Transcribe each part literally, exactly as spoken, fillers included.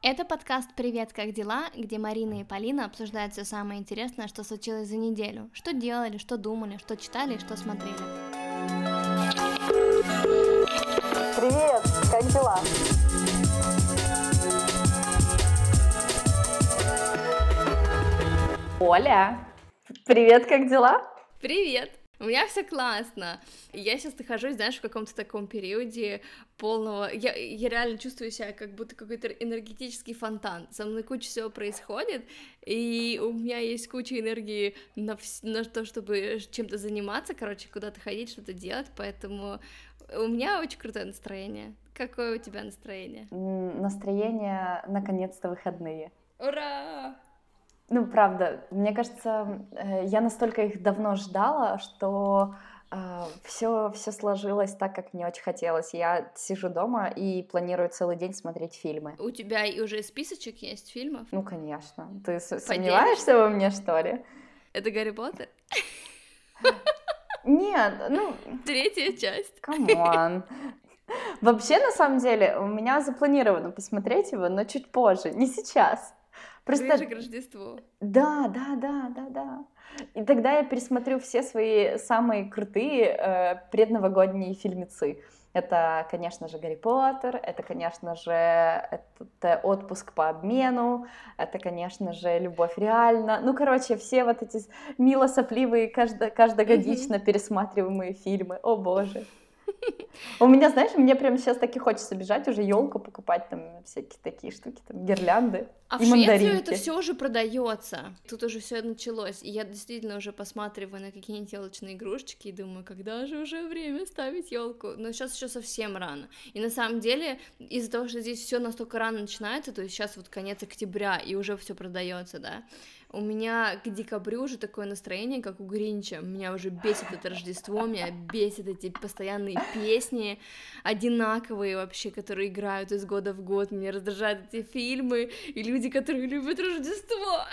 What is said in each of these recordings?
Это подкаст «Привет, как дела?», где Марина и Полина обсуждают все самое интересное, что случилось за неделю, что делали, что думали, что читали и что смотрели. Привет, как дела? Оля, привет, как дела? Привет! У меня все классно. Я сейчас нахожусь, знаешь, в каком-то таком периоде полного... Я, я реально чувствую себя как будто какой-то энергетический фонтан. Со мной куча всего происходит, и у меня есть куча энергии на, вс... на то, чтобы чем-то заниматься, короче, куда-то ходить, что-то делать, поэтому у меня очень крутое настроение. Какое у тебя настроение? Настроение, наконец-то, выходные. Ура! Ну, правда, мне кажется, я настолько их давно ждала, что э, все, все сложилось так, как мне очень хотелось. Я сижу дома и планирую целый день смотреть фильмы. У тебя и уже списочек есть фильмов? Ну, конечно. Ты сомневаешься во мне, что ли? Это Гарри Поттер? Нет, ну... Третья часть. Камон. Вообще, на самом деле, у меня запланировано посмотреть его, но чуть позже, не сейчас. Просто... Ближе к Рождеству. Да, да, да, да, да. И тогда я пересмотрю все свои самые крутые э, предновогодние фильмецы. Это, конечно же, Гарри Поттер, это, конечно же, это отпуск по обмену, это, конечно же, Любовь реальна. Ну, короче, все вот эти мило-сопливые, каждо- каждогодично mm-hmm. пересматриваемые фильмы. О, боже. У меня, знаешь, мне прямо сейчас таки хочется бежать, уже елку покупать, там всякие такие штуки, там гирлянды а и в мандаринки. Швецию это все уже продается. Тут уже все началось. И я действительно уже посматриваю на какие-нибудь елочные игрушечки и думаю, когда же уже время ставить елку. Но сейчас еще совсем рано. И на самом деле, из-за того, что здесь все настолько рано начинается, то есть сейчас вот конец октября, и уже все продается, да. У меня к декабрю уже такое настроение, как у Гринча. Меня уже бесит это Рождество, меня бесит эти постоянные песни, одинаковые вообще, которые играют из года в год. Меня раздражают эти фильмы и люди, которые любят Рождество.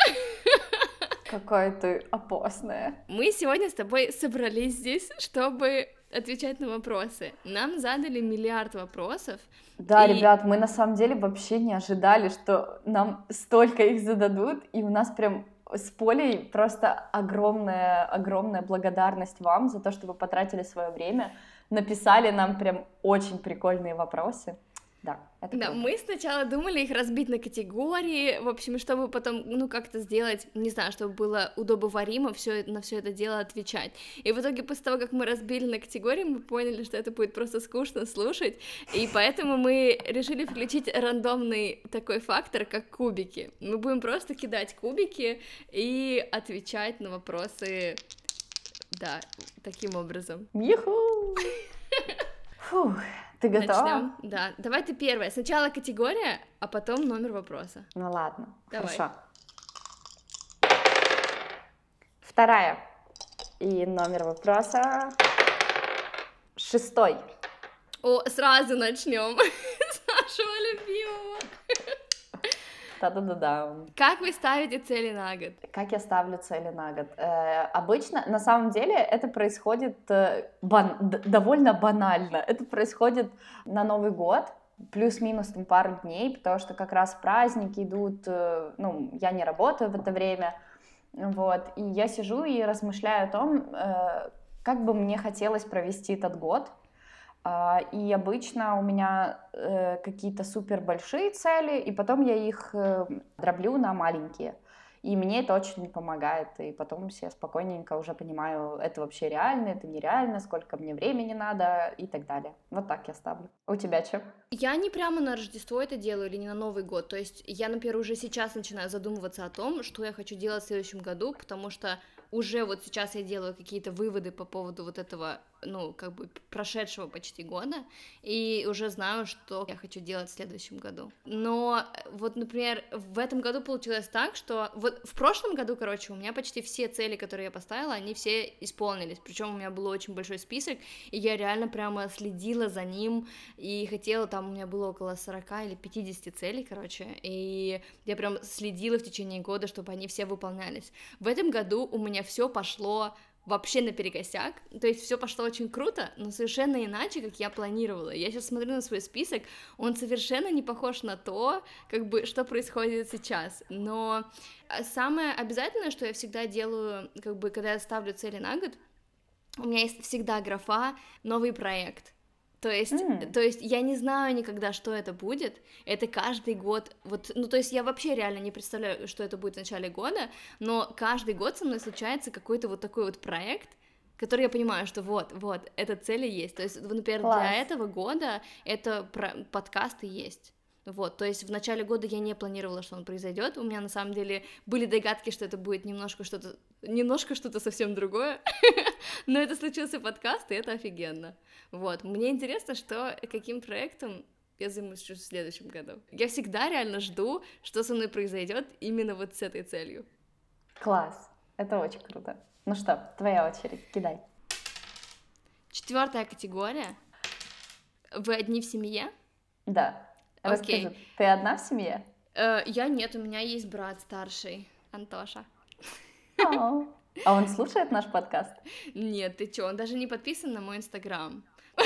Какая ты опасная. Мы сегодня с тобой собрались здесь, чтобы отвечать на вопросы. Нам задали миллиард вопросов. Да, и... ребят, мы на самом деле вообще не ожидали, что нам столько их зададут, и у нас прям с Полей просто огромная, огромная благодарность вам за то, что вы потратили свое время, написали нам прям очень прикольные вопросы. Да, это да, круто. Мы сначала думали их разбить на категории, в общем, чтобы потом, ну, как-то сделать, не знаю, чтобы было удобоваримо все, на все это дело отвечать. И в итоге, после того, как мы разбили на категории, мы поняли, что это будет просто скучно слушать, и поэтому мы решили включить рандомный такой фактор, как кубики. Мы будем просто кидать кубики и отвечать на вопросы, да, таким образом. Юху! Фух. Ты готова? Начнем. Да. Давай ты первая. Сначала категория, а потом номер вопроса. Ну ладно, Давай. Хорошо. Вторая. И номер вопроса шестой. О, сразу начнем с нашего любимого. Да-да-да-да. Как вы ставите цели на год? Как я ставлю цели на год? Э, обычно, на самом деле, это происходит э, бан- д- довольно банально. Это происходит на Новый год, плюс-минус там пару дней, потому что как раз праздники идут, э, ну, я не работаю в это время, вот, и я сижу и размышляю о том, э, как бы мне хотелось провести этот год. И обычно у меня э, какие-то супер большие цели, и потом я их э, дроблю на маленькие. И мне это очень помогает. И потом я спокойненько уже понимаю, это вообще реально, это нереально, сколько мне времени надо и так далее. Вот так я ставлю. У тебя что? Я не прямо на Рождество это делаю или не на Новый год. То есть я, например, уже сейчас начинаю задумываться о том, что я хочу делать в следующем году, потому что уже вот сейчас я делаю какие-то выводы по поводу вот этого, ну, как бы прошедшего почти года, и уже знаю, что я хочу делать в следующем году. Но вот, например, в этом году получилось так, что вот в прошлом году, короче, у меня почти все цели, которые я поставила, они все исполнились, причем у меня был очень большой список, и я реально прямо следила за ним, и хотела, там у меня было около сорок или пятьдесят целей, короче, и я прям следила в течение года, чтобы они все выполнялись. В этом году у меня все пошло вообще наперекосяк, то есть все пошло очень круто, но совершенно иначе, как я планировала. Я сейчас смотрю на свой список, он совершенно не похож на то, как бы, что происходит сейчас, но самое обязательное, что я всегда делаю, как бы, когда я ставлю цели на год, у меня есть всегда графа «новый проект». То есть, mm. то есть я не знаю никогда, что это будет, это каждый год, вот, ну, то есть я вообще реально не представляю, что это будет в начале года, но каждый год со мной случается какой-то вот такой вот проект, который я понимаю, что вот, вот, эта цель и есть, то есть, например, Класс. Для этого года это про- подкасты есть. Вот, то есть в начале года я не планировала, что он произойдет. У меня на самом деле были догадки, что это будет немножко что-то, немножко что-то совсем другое, но это случился подкаст, и это офигенно. Вот, мне интересно, что каким проектом я займусь в следующем году. Я всегда реально жду, что со мной произойдет именно вот с этой целью. Класс, это очень круто. Ну что, твоя очередь, кидай. Четвертая категория. Вы одни в семье? Да. Расскажи, okay. Ты одна в семье? Uh, я нет, у меня есть брат старший, Антоша. Oh. А он слушает наш подкаст? Нет, ты чё, он даже не подписан на мой инстаграм.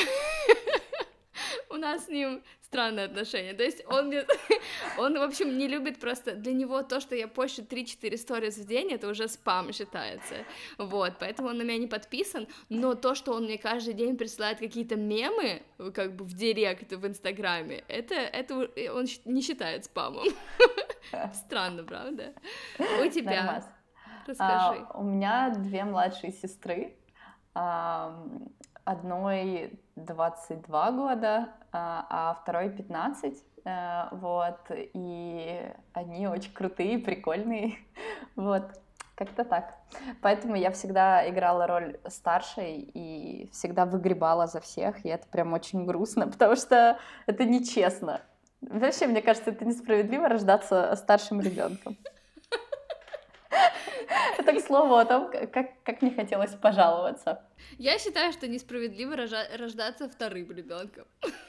У нас с ним странные отношения, то есть он, он, в общем, не любит просто, для него то, что я пощу три-четыре сторис в день, это уже спам считается, вот, поэтому он на меня не подписан, но то, что он мне каждый день присылает какие-то мемы, как бы в директ в инстаграме, это, это он не считает спамом. Странно, правда? У тебя? Нормас. Расскажи. А, у меня две младшие сестры, а, одной двадцать два года, а второй пятнадцать, вот, и они очень крутые, прикольные, вот, как-то так. Поэтому я всегда играла роль старшей и всегда выгребала за всех, и это прям очень грустно, потому что это нечестно. Вообще, мне кажется, это несправедливо рождаться старшим ребенком. Это, к слову, о том, как, как мне хотелось пожаловаться. Я считаю, что несправедливо рожа- рождаться вторым ребенком.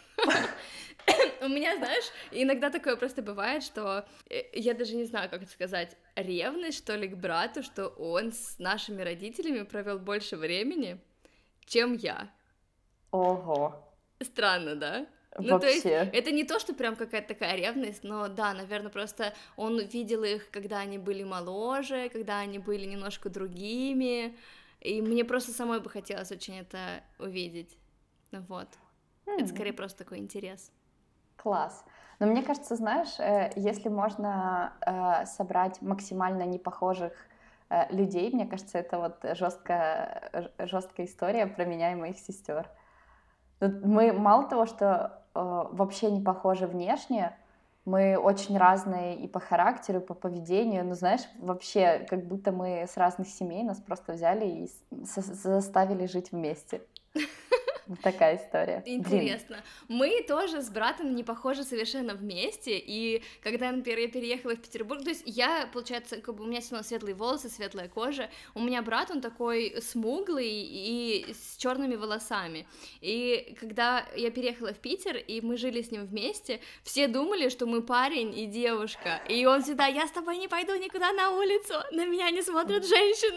У меня, знаешь, иногда такое просто бывает, что я даже не знаю, как это сказать, ревность, что ли, к брату, что он с нашими родителями провел больше времени, чем я. Ого. Странно, да? Вообще. Ну, то есть, это не то, что прям какая-то такая ревность, но да, наверное, просто он видел их, когда они были моложе, когда они были немножко другими, и мне просто самой бы хотелось очень это увидеть, вот. Mm-hmm. Это скорее просто такой интерес. Класс. Но мне кажется, знаешь, если можно собрать максимально непохожих людей, мне кажется, это вот жесткая, жесткая история про меня и моих сестер. Мы мало того, что э, вообще не похожи внешне, мы очень разные и по характеру, и по поведению, ну, знаешь, вообще как будто мы с разных семей, нас просто взяли и с- заставили жить вместе. Вот такая история. Интересно. Блин. Мы тоже с братом не похожи совершенно вместе, и когда, например, я переехала в Петербург, то есть я, получается, как бы у меня все равно светлые волосы, светлая кожа, у меня брат, он такой смуглый и с черными волосами, и когда я переехала в Питер, и мы жили с ним вместе, все думали, что мы парень и девушка, и он всегда: я с тобой не пойду никуда на улицу, на меня не смотрят женщины.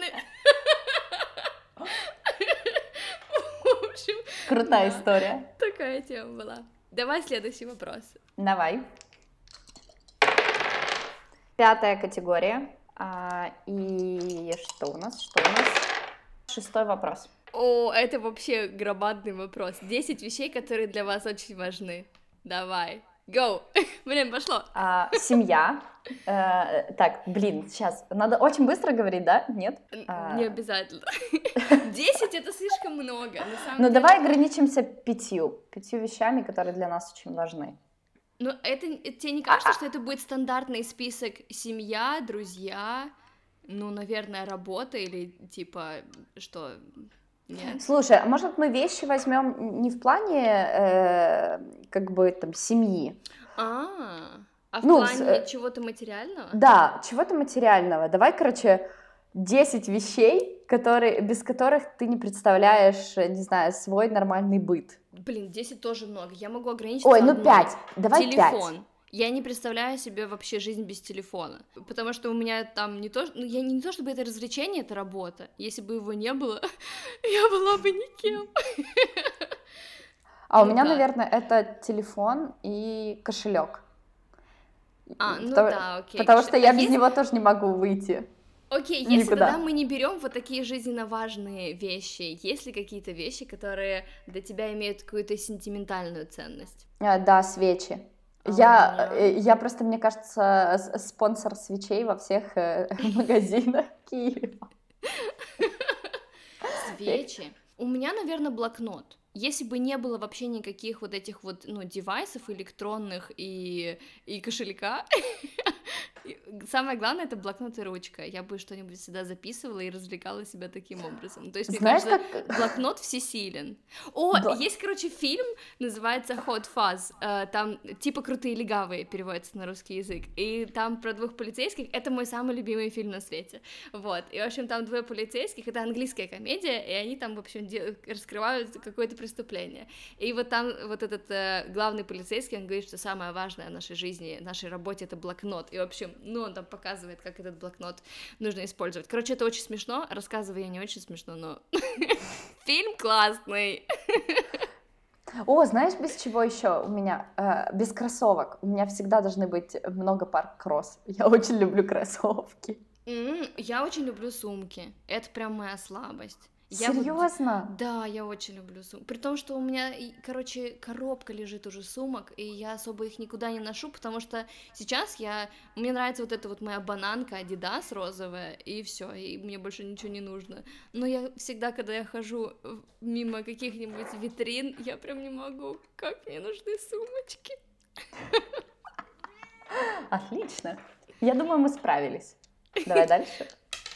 Крутая да, история. Такая тема была. Давай следующий вопрос. Давай. Пятая категория. А, и что у нас? Что у нас? Шестой вопрос. О, это вообще громадный вопрос. Десять вещей, которые для вас очень важны. Давай. Go! Блин, пошло. А, семья. Э, так, блин, сейчас. Надо очень быстро говорить, да? Нет? А... Не обязательно. Десять — это слишком много. Ну, давай ограничимся пятью. Пятью вещами, которые для нас очень важны. Ну, это тебе не кажется, что это будет стандартный список: семья, друзья, ну, наверное, работа или типа что... Нет. Слушай, а может мы вещи возьмем не в плане э, как бы там семьи? А, а в ну, плане с... чего-то материального? Да, чего-то материального. Давай, короче, десять вещей, которые, без которых ты не представляешь, не знаю, свой нормальный быт. Блин, десять тоже много. Я могу ограничиться Ой, ну одной. пять. Давай Телефон. пять. Я не представляю себе вообще жизнь без телефона, потому что у меня там не то, ну, я не, не то чтобы это развлечение, это работа. Если бы его не было, я была бы никем. А у Ну меня, так. наверное, это телефон и кошелек. А, ну Потому, да, окей. потому кош- что А я без есть... него тоже не могу выйти Окей, если тогда никуда. мы не берем вот такие жизненно важные вещи, есть ли какие-то вещи, которые для тебя имеют какую-то сентиментальную ценность? А, да, свечи. А у Я, меня э, я просто, мне кажется, с- спонсор свечей во всех э, магазинах Киева. свечи. У меня, наверное, блокнот. Если бы не было вообще никаких вот этих вот, ну, девайсов электронных и, и кошелька, самое главное — это блокнот и ручка. Я бы что-нибудь всегда записывала и развлекала себя таким образом. То есть, мне Знаешь, кажется, как... блокнот всесилен. О, бла- есть, короче, фильм, называется Hot Fuzz, э, там типа «Крутые легавые» переводится на русский язык, и там про двух полицейских, это мой самый любимый фильм на свете, вот, и, в общем, там двое полицейских, это английская комедия, и они там, в общем, де- раскрывают какое-то преступление, и вот там вот этот э, главный полицейский, он говорит, что самое важное в нашей жизни, в нашей работе — это блокнот, и, в общем, ну, он там показывает, как этот блокнот нужно использовать. Короче, это очень смешно, рассказываю я не очень смешно, но фильм классный. О, знаешь, без чего еще у меня? Э, без кроссовок. У меня всегда должны быть много пар кросс. Я очень люблю кроссовки. М, Я очень люблю сумки. Это прям моя слабость. Я вот, д- Серьезно? да, я очень люблю сумки. При том, что у меня, и, короче, коробка лежит уже сумок, и я особо их никуда не ношу, потому что сейчас я, мне нравится вот эта вот моя бананка Adidas розовая, и все, и мне больше ничего не нужно. Но я всегда, когда я хожу э, мимо каких-нибудь витрин, я прям не могу, как мне нужны сумочки. Отлично. Я думаю, мы справились. Давай дальше.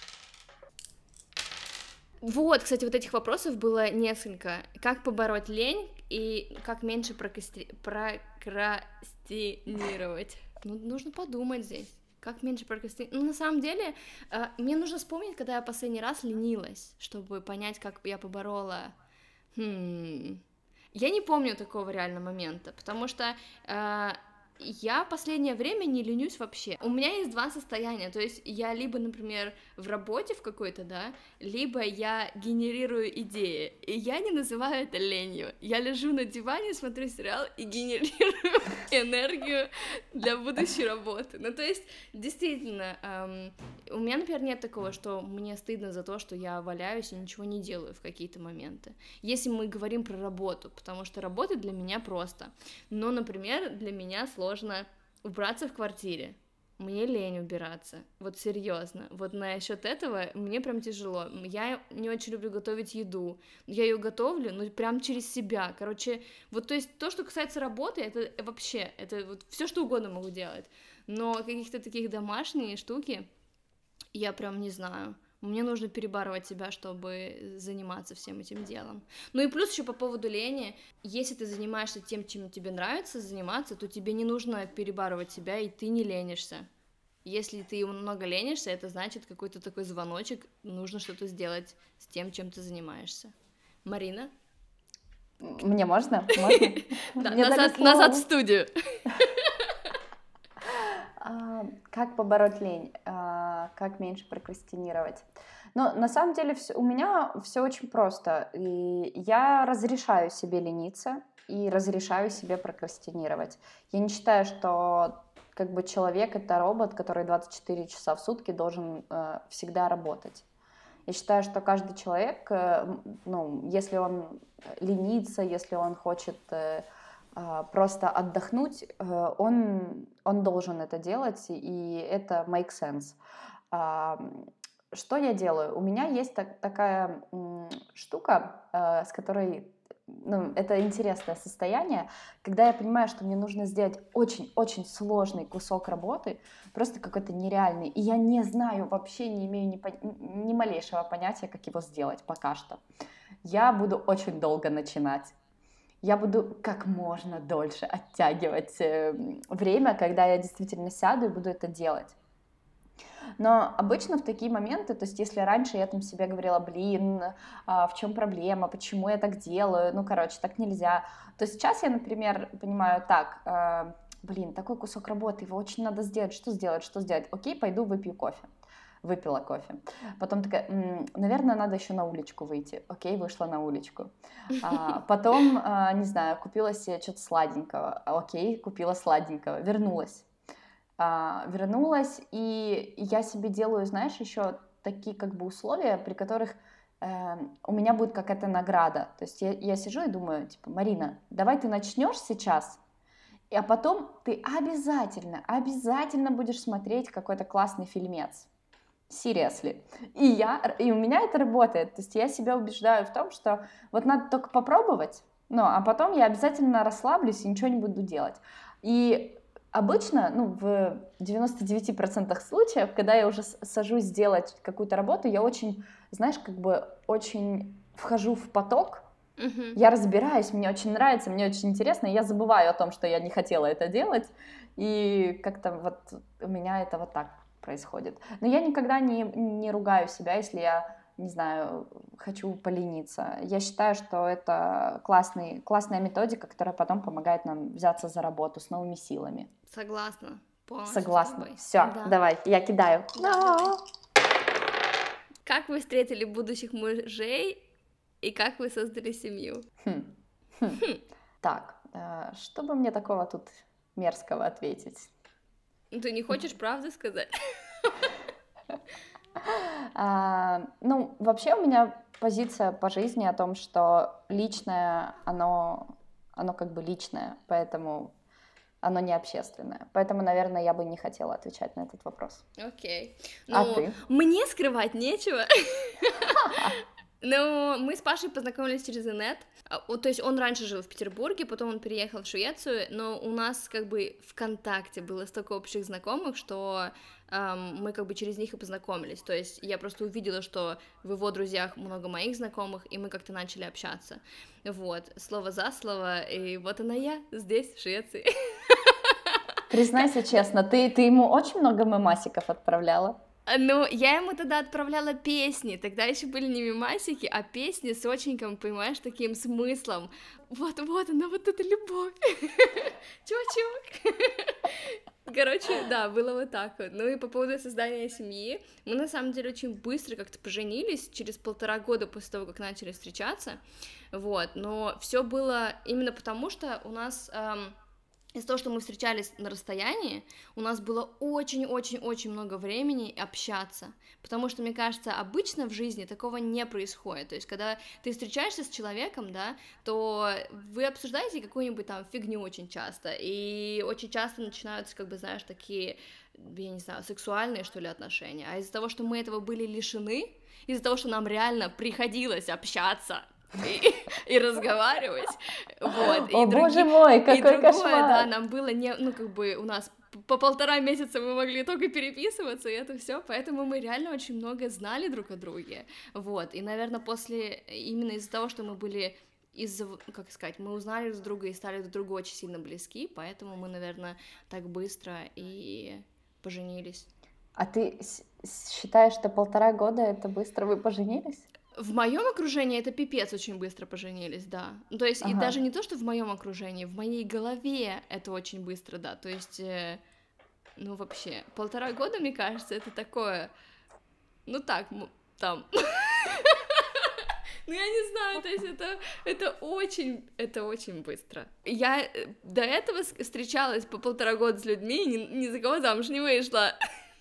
Вот, кстати, вот этих вопросов было несколько. Как побороть лень и как меньше прокасти- прокрастинировать? Ну, нужно подумать здесь. Как меньше прокрастинировать? Ну, на самом деле, э, мне нужно вспомнить, когда я последний раз ленилась, чтобы понять, как я поборола. Хм. Я не помню такого реально момента, потому что э, я в последнее время не ленюсь вообще. У меня есть два состояния, то есть я либо, например, в работе в какой-то, да, либо я генерирую идеи, и я не называю это ленью. Я лежу на диване, смотрю сериал и генерирую энергию для будущей работы. Ну, то есть, действительно, эм, у меня, например, нет такого, что мне стыдно за то, что я валяюсь и ничего не делаю в какие-то моменты. Если мы говорим про работу, потому что работа для меня просто. Но, например, для меня сложно убраться в квартире. Мне лень убираться, вот серьезно. Вот насчет этого мне прям тяжело. Я не очень люблю готовить еду. Я ее готовлю, ну прям через себя. Короче, вот то есть то, что касается работы, это вообще, это вот все что угодно могу делать. Но каких-то таких домашние штуки я прям не знаю. Мне нужно перебарывать себя, чтобы заниматься всем этим делом. Ну и плюс еще по поводу лени. Если ты занимаешься тем, чем тебе нравится заниматься, то тебе не нужно перебарывать себя, и ты не ленишься. Если ты много ленишься, это значит какой-то такой звоночек, нужно что-то сделать с тем, чем ты занимаешься. Марина? Мне можно? Можно? Да, Мне дали назад, назад в слово. студию. А, Как побороть лень? А, Как меньше прокрастинировать? Ну, на самом деле, всё- у меня все очень просто. И я разрешаю себе лениться и разрешаю себе прокрастинировать. Я не считаю, что как бы человек — это робот, который двадцать четыре часа в сутки должен э, всегда работать. Я считаю, что каждый человек, э, м, ну, если он ленится, если он хочет э, а, просто отдохнуть, э, он, он должен это делать, и это makes sense. А, м, Что я делаю? У меня есть так- такая м, штука, э, с которой, ну, это интересное состояние, когда я понимаю, что мне нужно сделать очень-очень сложный кусок работы, просто какой-то нереальный, и я не знаю, вообще не имею ни, пон- ни малейшего понятия, как его сделать пока что. Я буду очень долго начинать. Я буду как можно дольше оттягивать э, время, когда я действительно сяду и буду это делать. Но обычно в такие моменты, то есть если раньше я там себе говорила, блин, а, в чем проблема, почему я так делаю, ну, короче, так нельзя, то сейчас я, например, понимаю, так, э, блин, такой кусок работы, его очень надо сделать, что сделать, что сделать? Окей, пойду выпью кофе. Выпила кофе. Потом такая, м, наверное, надо еще на уличку выйти. Окей, вышла на уличку. А, потом, а, не знаю, купила себе что-то сладенького. Окей, купила сладенького. Вернулась. А, вернулась, и я себе делаю, знаешь, еще такие как бы условия, при которых э, у меня будет какая-то награда. То есть я, я сижу и думаю, типа, Марина, давай ты начнешь сейчас, а потом ты обязательно, обязательно будешь смотреть какой-то классный фильмец. Seriously. И, я, и у меня это работает. То есть я себя убеждаю в том, что вот надо только попробовать, ну, а потом я обязательно расслаблюсь и ничего не буду делать. И обычно, ну, в девяноста девяти процентах случаев, когда я уже сажусь делать какую-то работу, я очень, знаешь, как бы очень вхожу в поток, Мгм. я разбираюсь, мне очень нравится, мне очень интересно, и я забываю о том, что я не хотела это делать, и как-то вот у меня это вот так происходит. Но я никогда не, не ругаю себя, если я, не знаю, хочу полениться. Я считаю, что это классный, классная методика, которая потом помогает нам взяться за работу с новыми силами. Согласна. Полностью с Согласна. тобой. Все, Да. давай, я кидаю. Да, давай. Как вы встретили будущих мужей и как вы создали семью? Хм, хм. Так, э, что бы мне такого тут мерзкого ответить? Ты не хочешь правду сказать? А, ну, вообще у меня позиция по жизни о том, что личное, оно, оно как бы личное, поэтому оно не общественное. Поэтому, наверное, я бы не хотела отвечать на этот вопрос. Окей. А Ну, ты? мне скрывать нечего. Ну, мы с Пашей познакомились через инет. А, о, То есть он раньше жил в Петербурге, потом он переехал в Швецию, но у нас как бы ВКонтакте было столько общих знакомых, что эм, мы как бы через них и познакомились. То есть я просто увидела, что в его друзьях много моих знакомых, и мы как-то начали общаться. Вот, слово за слово, и вот она я здесь, в Швеции. Признайся честно, ты, ты ему очень много мемасиков отправляла? Ну, я ему тогда отправляла песни, тогда еще были не мемасики, а песни с очень, как понимаешь, таким смыслом. Вот-вот она, вот эта любовь. Чувачок. Короче, да, было вот так вот. Ну и по поводу создания семьи, мы на самом деле очень быстро как-то поженились, через полтора года после того, как начали встречаться, вот, но все было именно потому, что у нас... эм, из-за того, что мы встречались на расстоянии, у нас было очень-очень-очень много времени общаться, потому что, мне кажется, обычно в жизни такого не происходит, то есть, когда ты встречаешься с человеком, да, то вы обсуждаете какую-нибудь там фигню очень часто, и очень часто начинаются, как бы, знаешь, такие, я не знаю, сексуальные, что ли, отношения, а из-за того, что мы этого были лишены, из-за того, что нам реально приходилось общаться, и, и разговаривать, вот. О, и други... боже мой, какой и другое, кошмар! да, нам было не, ну как бы у нас по полтора месяца мы могли только переписываться, и это все, поэтому мы реально очень много знали друг о друге, вот. И, наверное, после именно из-за того, что мы были из-за, как сказать, мы узнали друг друга и стали друг другу очень сильно близки, поэтому мы, наверное, так быстро и поженились. А ты с- с- считаешь, что полтора года это быстро вы поженились? В моем окружении это пипец очень быстро поженились, да. Ну, то есть, и Ага. даже не то, что в моем окружении, в моей голове это очень быстро, да. То есть, э, ну, вообще, полтора года, мне кажется, это такое, ну, так, м- там... Ну, я не знаю, то есть это, это очень, это очень быстро. Я э, до этого с- встречалась по полтора года с людьми, ни, ни за кого замуж не вышла.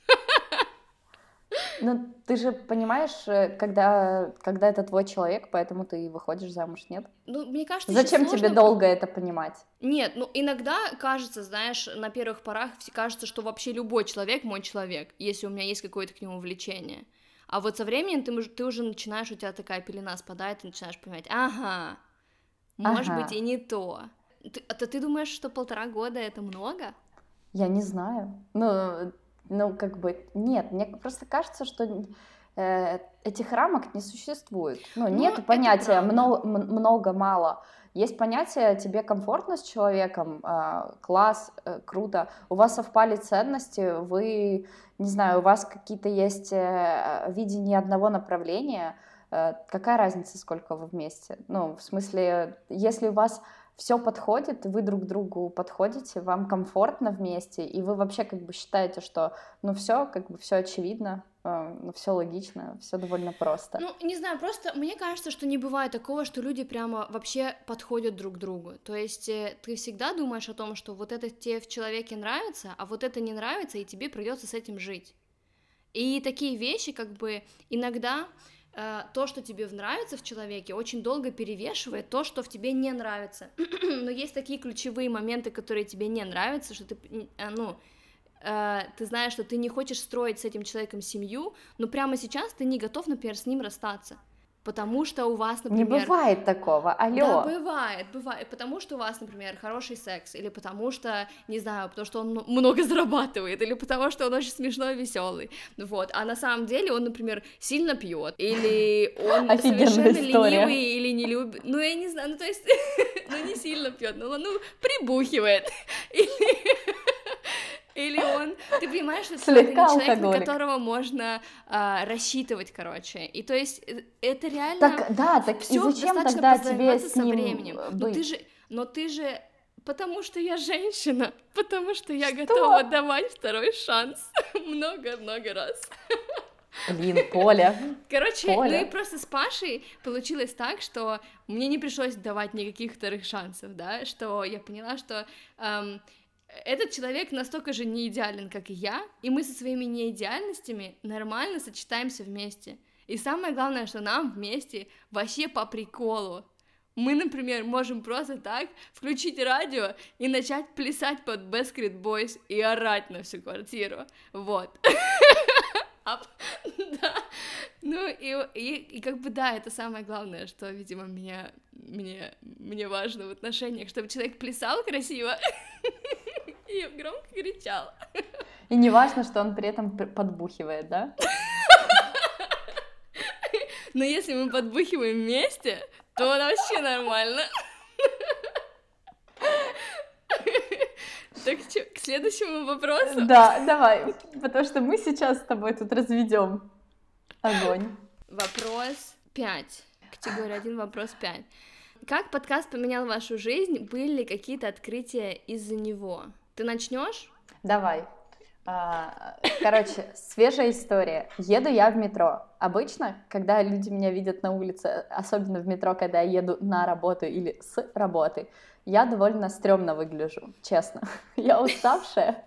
Ну, ты же понимаешь, э, когда, когда это твой человек, поэтому ты и выходишь замуж, нет? Ну, мне кажется, ещё Зачем тебе сложно- долго это понимать? Нет, ну иногда кажется, знаешь, на первых порах все кажется, что вообще любой человек мой человек, если у меня есть какое-то к нему влечение. А вот со временем ты, мож- ты уже начинаешь, у тебя такая пелена спадает, ты начинаешь понимать, ага, может Ага. быть и не то. Ты, а то ты думаешь, что полтора года это много? Я не знаю. Ну, ну, как бы, нет, мне просто кажется, что э, этих рамок не существует. Ну, Ну, нет это понятия правда. много, много, мало. Есть понятие, тебе комфортно с человеком, э, класс, э, круто, у вас совпали ценности, вы, не знаю, у вас какие-то есть э, видения одного направления, э, какая разница, сколько вы вместе? Ну, в смысле, если у вас все подходит, вы друг другу подходите, вам комфортно вместе, и вы вообще как бы считаете, что ну все, как бы все очевидно, э, ну все логично, все довольно просто. Ну, не знаю, просто мне кажется, что не бывает такого, что люди прямо вообще подходят друг другу. То есть э, ты всегда думаешь о том, что вот это тебе в человеке нравится, а вот это не нравится, и тебе придется с этим жить. И такие вещи, как бы иногда э, то, что тебе нравится в человеке, очень долго перевешивает то, что в тебе не нравится. Но есть такие ключевые моменты, которые тебе не нравятся, что ты, э, ну, э, ты знаешь, что ты не хочешь строить с этим человеком семью, но прямо сейчас ты не готов, например, с ним расстаться. Потому что у вас, например... Не бывает такого, алло. Да, бывает, бывает, потому что у вас, например, хороший секс, или потому что, не знаю, потому что он много зарабатывает, или потому что он очень смешной и веселый, вот, а на самом деле он, например, сильно пьет, или он совершенно ленивый, или не любит, ну, я не знаю, ну, то есть, ну, не сильно пьет, ну, ну, прибухивает, или... Или он, ты понимаешь, что это не человек, на которого можно а, рассчитывать, короче. И то есть это реально. Так, да, так и зачем тогда тебе с ним временем. быть? Но ты же, но ты же, потому что я женщина, потому что я что? готова давать второй шанс много-много раз. Блин, Поля. Короче, Поля. ну и просто с Пашей получилось так, что мне не пришлось давать никаких вторых шансов, да, что я поняла, что эм, этот человек настолько же не идеален, как и я, и мы со своими неидеальностями нормально сочетаемся вместе. И самое главное, что нам вместе вообще по приколу. Мы, например, можем просто так включить радио и начать плясать под Backstreet Boys и орать на всю квартиру. Вот. Да. Ну и, и, и как бы да, это самое главное, что, видимо, меня, мне, мне важно в отношениях, чтобы человек плясал красиво и громко кричал. И не важно, что он при этом подбухивает, да? Но если мы подбухиваем вместе, то вообще нормально. Так что, к следующему вопросу? Да, давай, потому что мы сейчас с тобой тут разведем огонь. Вопрос пять. Категория один, вопрос пять. Как подкаст поменял вашу жизнь? Были ли какие-то открытия из-за него? Ты начнешь? Давай. Короче, свежая история. Еду я в метро. Обычно, когда люди меня видят на улице, особенно в метро, когда я еду на работу или с работы, я довольно стрёмно выгляжу, честно. Я уставшая,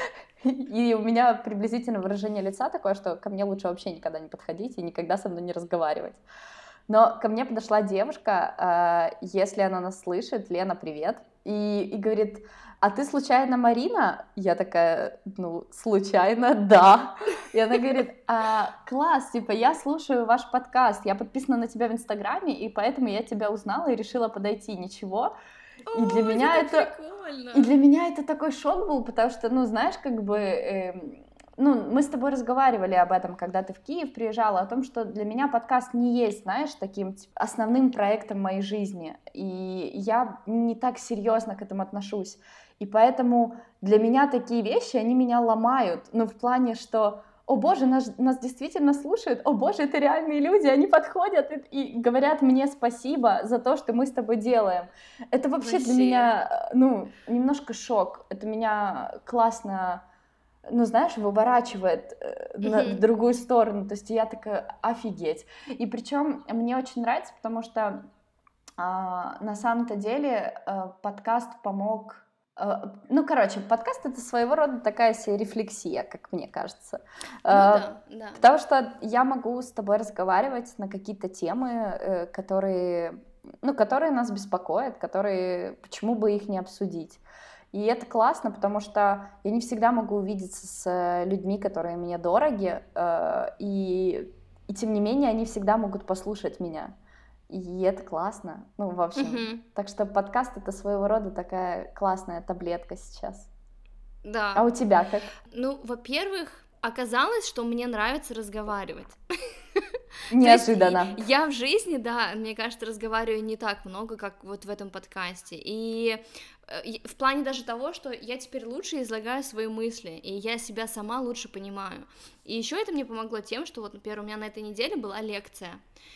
и у меня приблизительно выражение лица такое, что ко мне лучше вообще никогда не подходить и никогда со мной не разговаривать. Но ко мне подошла девушка, если она нас слышит, Лена, привет, и, и говорит: а ты случайно Марина? Я такая, ну, случайно, да. И она говорит: а, класс, типа, я слушаю ваш подкаст, я подписана на тебя в Инстаграме, и поэтому я тебя узнала и решила подойти. Ничего. И для О, меня это, это, прикольно. И для меня это такой шок был, потому что, ну, знаешь, как бы, э, ну, мы с тобой разговаривали об этом, когда ты в Киев приезжала, о том, что для меня подкаст не есть, знаешь, таким типа, основным проектом моей жизни, и я не так серьезно к этому отношусь, и поэтому для меня такие вещи, они меня ломают, ну, в плане, что о боже, нас, нас действительно слушают, о боже, это реальные люди, они подходят и, и говорят мне спасибо за то, что мы с тобой делаем. Это вообще Спасибо. Для меня, ну, немножко шок, это меня классно, ну, знаешь, выворачивает э, mm-hmm. на, в другую сторону, то есть я такая, офигеть. И причем мне очень нравится, потому что э, на самом-то деле э, подкаст помог. Ну, короче, подкаст — это своего рода такая себе рефлексия, как мне кажется. Ну, да, да. Потому что я могу с тобой разговаривать на какие-то темы, которые, ну, которые нас беспокоят, которые, почему бы их не обсудить. И это классно, потому что я не всегда могу увидеться с людьми, которые мне дороги, и, и тем не менее они всегда могут послушать меня. И это классно, ну, в общем. Uh-huh. Так что подкаст — это своего рода такая классная таблетка сейчас. Да. А у тебя как? Ну, во-первых, оказалось, что мне нравится разговаривать. Неожиданно. Я в жизни, да, мне кажется, разговариваю не так много, как вот в этом подкасте. И в плане даже того, что я теперь лучше излагаю свои мысли, и я себя сама лучше понимаю. И еще это мне помогло тем, что вот, например, у меня на этой неделе была лекция,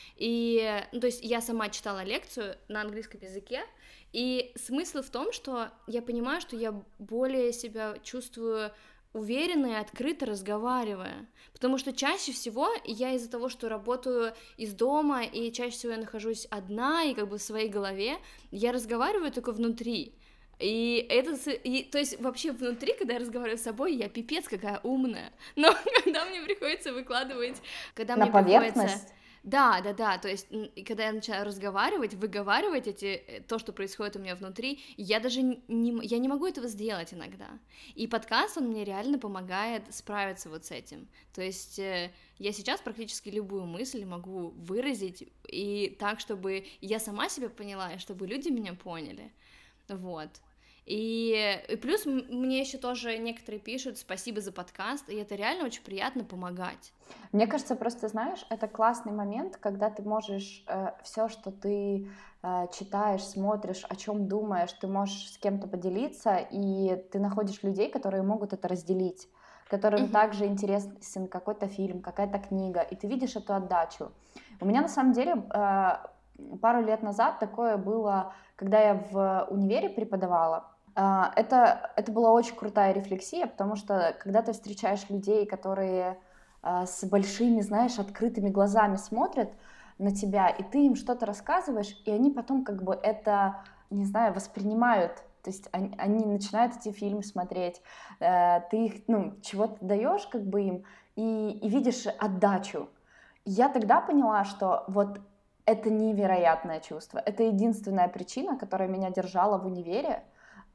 и, ну, то есть я сама читала лекцию на английском языке, и смысл в том, что я понимаю, что я более себя чувствую уверенно и открыто разговаривая, потому что чаще всего я из-за того, что работаю из дома, и чаще всего я нахожусь одна, и как бы в своей голове, я разговариваю только внутри, и это, и, то есть вообще внутри, когда я разговариваю с собой, я пипец какая умная, но когда мне приходится выкладывать, когда на мне поверхность? приходится... Да, да, да, то есть, когда я начинаю разговаривать, выговаривать эти, то, что происходит у меня внутри, я даже не, я не могу этого сделать иногда, и подкаст, он мне реально помогает справиться вот с этим, то есть я сейчас практически любую мысль могу выразить, и так, чтобы я сама себя поняла, и чтобы люди меня поняли, вот. И, и плюс мне еще тоже некоторые пишут спасибо за подкаст, и это реально очень приятно помогать. Мне кажется, просто, знаешь, это классный момент, когда ты можешь э, все, что ты э, читаешь, смотришь, о чем думаешь, ты можешь с кем-то поделиться, и ты находишь людей, которые могут это разделить, которым uh-huh. также интересен какой-то фильм, какая-то книга, и ты видишь эту отдачу. У меня на самом деле э, пару лет назад такое было, когда я в универе преподавала. Это, это была очень крутая рефлексия, потому что когда ты встречаешь людей, которые с большими, знаешь, открытыми глазами смотрят на тебя, и ты им что-то рассказываешь, и они потом как бы это, не знаю, воспринимают, то есть они, они начинают эти фильмы смотреть, ты их, ну, чего-то даешь как бы им, и, и видишь отдачу. Я тогда поняла, что вот это невероятное чувство, это единственная причина, которая меня держала в универе,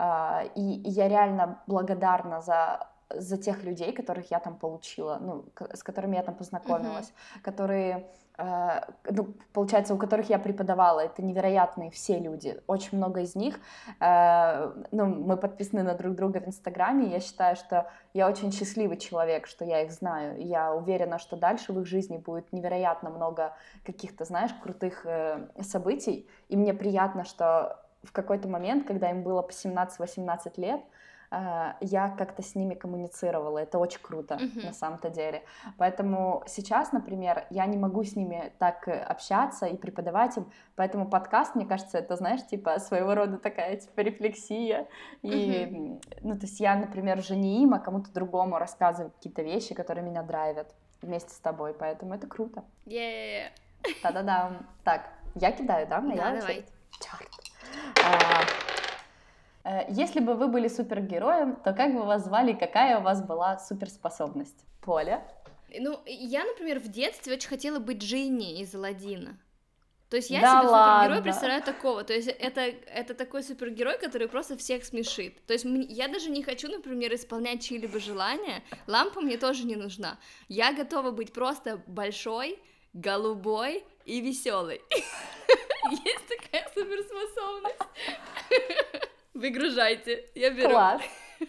и, и я реально благодарна за, за тех людей, которых я там получила, ну, с которыми я там познакомилась, uh-huh. которые, э, ну, получается, у которых я преподавала, это невероятные все люди, очень много из них, э, ну, мы подписаны на друг друга в Инстаграме, и я считаю, что я очень счастливый человек, что я их знаю, и я уверена, что дальше в их жизни будет невероятно много каких-то, знаешь, крутых э, событий, и мне приятно, что в какой-то момент, когда им было по семнадцать-восемнадцать лет, я как-то с ними коммуницировала, это очень круто uh-huh. на самом-то деле, поэтому сейчас, например, я не могу с ними так общаться и преподавать им, поэтому подкаст, мне кажется, это, знаешь, типа своего рода такая, типа, рефлексия, и, uh-huh. ну, то есть я, например, уже не им, а кому-то другому рассказываю какие-то вещи, которые меня драйвят вместе с тобой, поэтому это круто. Yeah. Да-да-да, так, я кидаю, да, моя да, очередь? Давай. Черт. Если бы вы были супергероем, то как бы вас звали, какая у вас была суперспособность? Поля? Ну, я, например, в детстве очень хотела быть Джинни из Аладдина. То есть я да себе ладно. супергероя представляю такого. То есть это, это такой супергерой, который просто всех смешит. То есть я даже не хочу, например, исполнять чьи-либо желания. Лампа мне тоже не нужна. Я готова быть просто большой, голубой и веселой. Есть такая суперспособность. Выгружайте, я беру. Класс.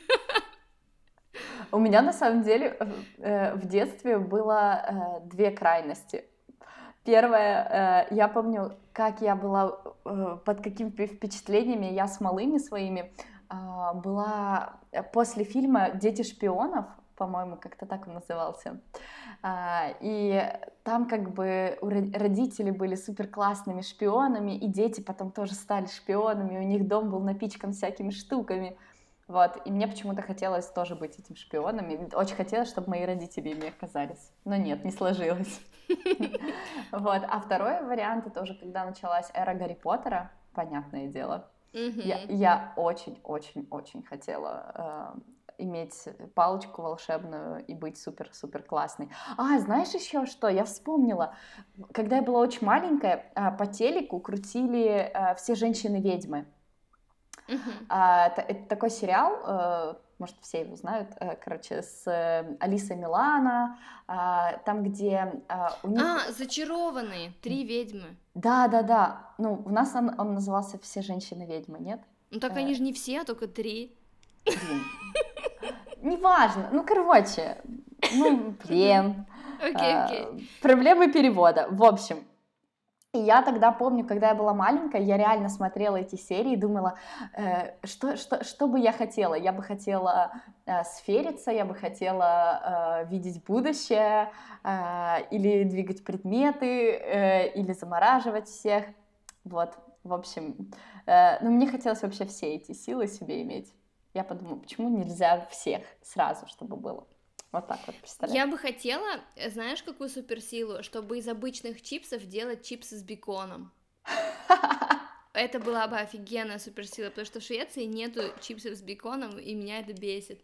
У меня на самом деле э, в детстве было э, две крайности. Первое, э, я помню, как я была, э, под какими впечатлениями я с малыми своими э, была после фильма «Дети шпионов», по-моему, как-то так он назывался. И там как бы родители были супер классными шпионами, и дети потом тоже стали шпионами, у них дом был напичкан всякими штуками. Вот, и мне почему-то хотелось тоже быть этим шпионом, и очень хотелось, чтобы мои родители ими оказались. Но нет, не сложилось. Вот, а второй вариант, это уже когда началась эра Гарри Поттера, понятное дело. Я очень-очень-очень хотела иметь палочку волшебную и быть супер-супер классной. А, знаешь еще что? Я вспомнила. Когда я была очень маленькая, по телеку крутили «Все женщины-ведьмы». Uh-huh. Это, это такой сериал, может, все его знают, короче, с Алисой Милано, там, где у них... А, «Зачарованные», «Три ведьмы». Да-да-да. Ну, у нас он, он назывался «Все женщины-ведьмы», нет? Ну, так они же не все, а только три. Неважно, ну, короче, ну, блин. Окей, окей. Проблемы перевода. В общем, И я тогда помню, когда я была маленькая, я реально смотрела эти серии и думала, э, что, что, что бы я хотела? Я бы хотела э, сфериться, я бы хотела э, видеть будущее, э, или двигать предметы, э, или замораживать всех. Вот, в общем, э, ну мне хотелось вообще все эти силы себе иметь. Я подумала, почему нельзя всех сразу, чтобы было? Вот так вот, представляешь? Я бы хотела, знаешь, какую суперсилу, чтобы из обычных чипсов делать чипсы с беконом. Это была бы офигенная суперсила, потому что в Швеции нету чипсов с беконом, и меня это бесит.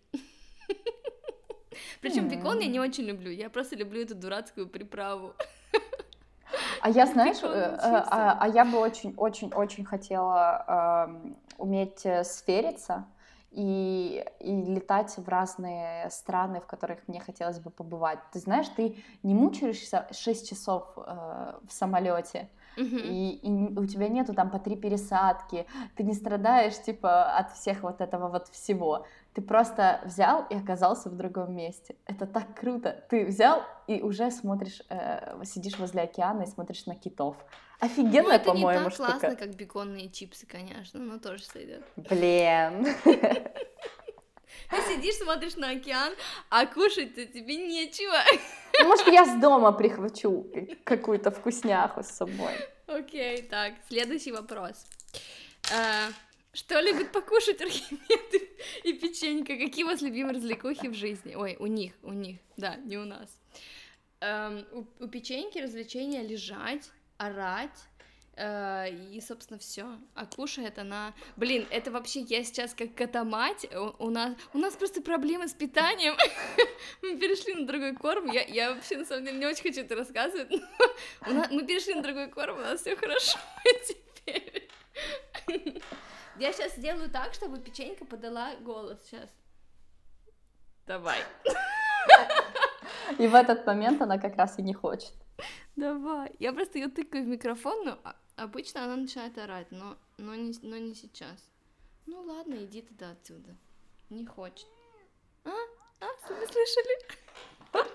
Причем бекон я не очень люблю, я просто люблю эту дурацкую приправу. А я, знаешь, а, а я бы очень-очень-очень хотела э, уметь сфериться и, и летать в разные страны, в которых мне хотелось бы побывать. Ты знаешь, ты не мучаешься шесть часов э, в самолете, Мгм. и, и у тебя нету там по три пересадки, ты не страдаешь типа от всех вот этого вот всего. Ты просто взял и оказался в другом месте. Это так круто. Ты взял и уже смотришь, э, сидишь возле океана и смотришь на китов. Ну, Офигенная, это не по-моему, так классно, штука. как беконные чипсы, конечно, но тоже сойдет. Блин. Ты сидишь, смотришь на океан, а кушать-то тебе нечего. Ну, может, я с дома прихвачу какую-то вкусняху с собой. Окей, так, следующий вопрос. А, что любит покушать Архимед и, и печенька? Какие у вас любимые развлекухи в жизни? Ой, у них, у них, да, не у нас. Эм, у, у печеньки развлечения лежать, орать, э, и, собственно, все. А кушает она... Блин, это вообще я сейчас как кота-мать, у, у нас, у нас просто проблемы с питанием. Мы перешли на другой корм, я, я вообще, на самом деле, не очень хочу это рассказывать, но у нас, мы перешли на другой корм, у нас все хорошо теперь. Я сейчас сделаю так, чтобы печенька подала голос. Сейчас. Давай. И в этот момент она как раз и не хочет. Давай. Я просто ее тыкаю в микрофон, но обычно она начинает орать, но, но, не, но не сейчас. Ну ладно, иди тогда отсюда. Не хочет. А? А? Вы слышали?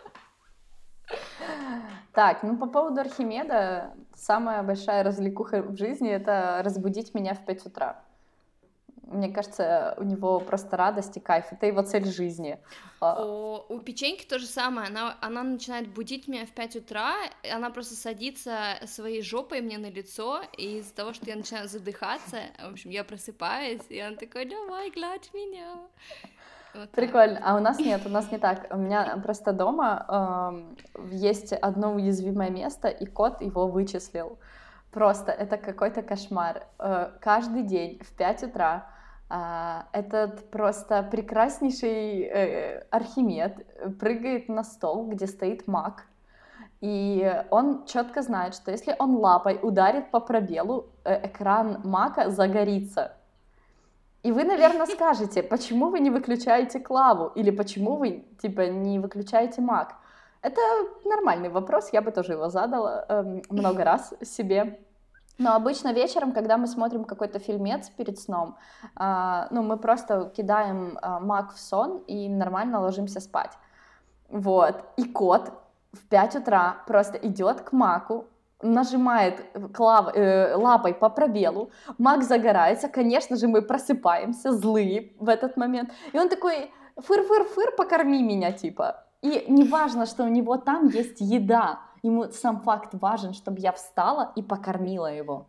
Так, ну по поводу Архимеда, самая большая развлекуха в жизни — это разбудить меня в пять утра. Мне кажется, у него просто радость и кайф. Это его цель жизни. О, у печеньки то же самое. Она, она начинает будить меня в пять утра, она просто садится своей жопой мне на лицо, и из-за того, что я начинаю задыхаться, в общем, я просыпаюсь, и она такой, давай, гладь меня. Вот Прикольно. так. А у нас нет, у нас не так. У меня просто дома э, есть одно уязвимое место, и кот его вычислил. Просто это какой-то кошмар. Э, каждый день в пять утра э, этот просто прекраснейший э, Архимед прыгает на стол, где стоит маг, и он четко знает, что если он лапой ударит по пробелу, э, экран мака загорится. И вы, наверное, скажете, почему вы не выключаете клаву, или почему вы, типа, не выключаете маг? Это нормальный вопрос, я бы тоже его задала э, много раз себе. Но обычно вечером, когда мы смотрим какой-то фильмец перед сном, э, ну, мы просто кидаем э, маг в сон и нормально ложимся спать. Вот. И кот в пять утра просто идет к маку, нажимает клав... э, лапой по пробелу, маг загорается, конечно же, мы просыпаемся злые в этот момент, и он такой, фыр-фыр-фыр, покорми меня, типа. И не важно, что у него там есть еда, ему сам факт важен, чтобы я встала и покормила его.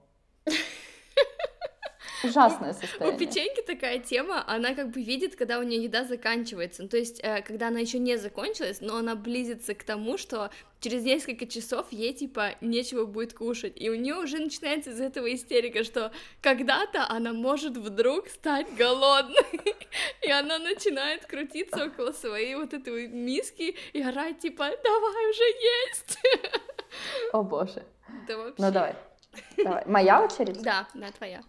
Ужасное состояние. У печеньки такая тема, она как бы видит, когда у нее еда заканчивается, ну, то есть, э, когда она еще не закончилась, но она близится к тому, что через несколько часов ей, типа, нечего будет кушать, и у нее уже начинается из этого истерика, что когда-то она может вдруг стать голодной, и она начинает крутиться около своей вот этой миски и орать, типа, давай уже есть. О боже. Да вообще. Ну давай, давай. Моя очередь? Да, да, твоя.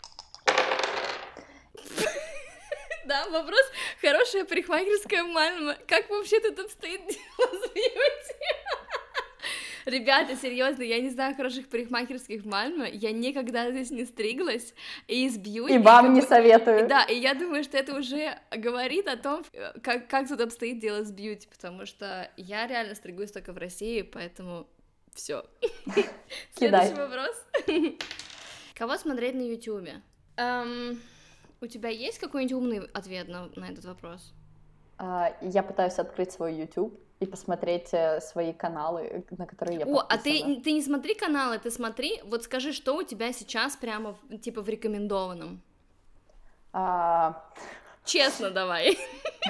Да, вопрос, хорошая парикмахерская Мальма. Как вообще тут обстоит дело с бьюти? Ребята, серьезно, я не знаю хороших парикмахерских в Мальме, я никогда здесь не стриглась, и с бьюти... И вам не советую. Да, и я думаю, что это уже говорит о том, как, как тут обстоит дело с бьюти, потому что я реально стригусь только в России, поэтому Все. Кидай. Следующий вопрос. Кого смотреть на Ютубе? Эм, у тебя есть какой-нибудь умный ответ на, на этот вопрос? А, Я пытаюсь открыть свой YouTube и посмотреть э, свои каналы, на которые я О, а подписана. ты, ты не смотри каналы, ты смотри, вот скажи, что у тебя сейчас прямо, в- типа, в рекомендованном. А, Честно давай.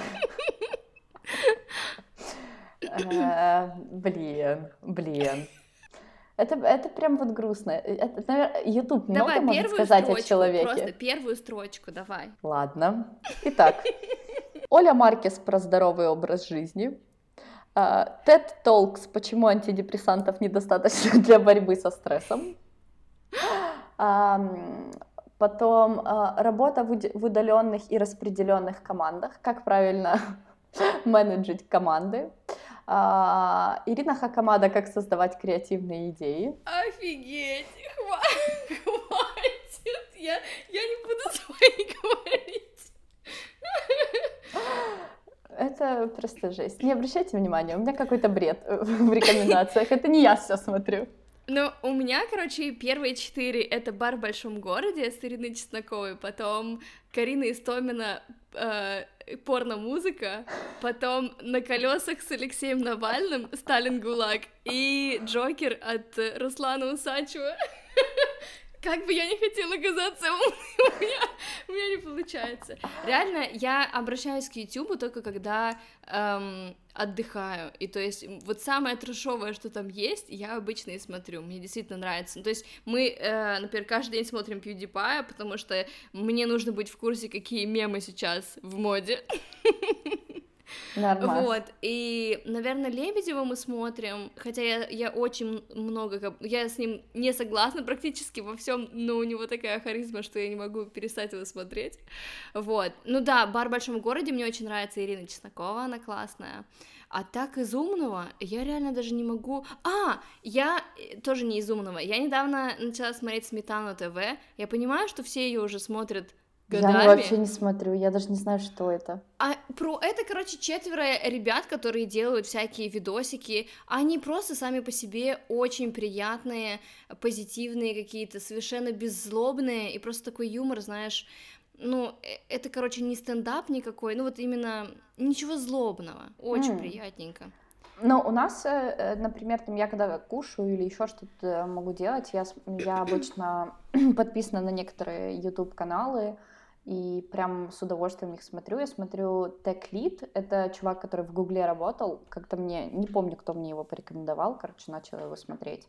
э, Блин, блин. Это, это прям вот грустно. Это, наверное, YouTube много Давай может первую сказать о строчку, человеке. просто первую строчку, давай. Ладно. Итак, Оля Маркес про здоровый образ жизни. А, TED Talks, почему антидепрессантов недостаточно для борьбы со стрессом. Ам, Потом а, работа в уд- в удаленных и распределенных командах. Как правильно менеджить команды. А, Ирина Хакамада, как создавать креативные идеи. Офигеть, хва- хватит, я, я не буду свои говорить. Это просто жесть. Не обращайте внимания, у меня какой-то бред в рекомендациях. Это не я все смотрю. Ну, у меня, короче, первые четыре — это «Бар в большом городе» с Ириной Чесноковой, потом Карина Истомина, э, порно-музыка, потом «На колесах» с Алексеем Навальным, «Сталин ГУЛАГ» и «Джокер» от э, Руслана Усачева. Как бы я не хотела казаться умной, у меня, у меня не получается. Реально, я обращаюсь к Ютубу только когда эм, отдыхаю. И то есть вот самое трешовое, что там есть, я обычно и смотрю. Мне действительно нравится. Ну, то есть мы, э, например, каждый день смотрим PewDiePie, потому что мне нужно быть в курсе, какие мемы сейчас в моде. Нормально. Вот, и, наверное, Лебедева мы смотрим, хотя я, я очень много, как- я с ним не согласна практически во всем, но у него такая харизма, что я не могу перестать его смотреть, вот, ну да, «Бар в большом городе» мне очень нравится, Ирина Чеснокова, она классная, а так из умного я реально даже не могу, а, я э, тоже не из умного, я недавно начала смотреть «Сметану ТВ», я понимаю, что все ее уже смотрят годами. Я вообще не смотрю, я даже не знаю, что это. А про это, короче, четверо ребят, которые делают всякие видосики, они просто сами по себе очень приятные, позитивные какие-то, совершенно беззлобные, и просто такой юмор, знаешь, ну, э- это, короче, не стендап никакой, ну вот именно ничего злобного, очень М. приятненько. Но у нас, э, э, например, там, я когда кушаю или еще что-то могу делать, я, с- я обычно подписана на некоторые YouTube-каналы и прям с удовольствием их смотрю. Я смотрю Tech Lead, это чувак, который в Гугле работал, как-то мне, не помню, кто мне его порекомендовал, короче, начала его смотреть.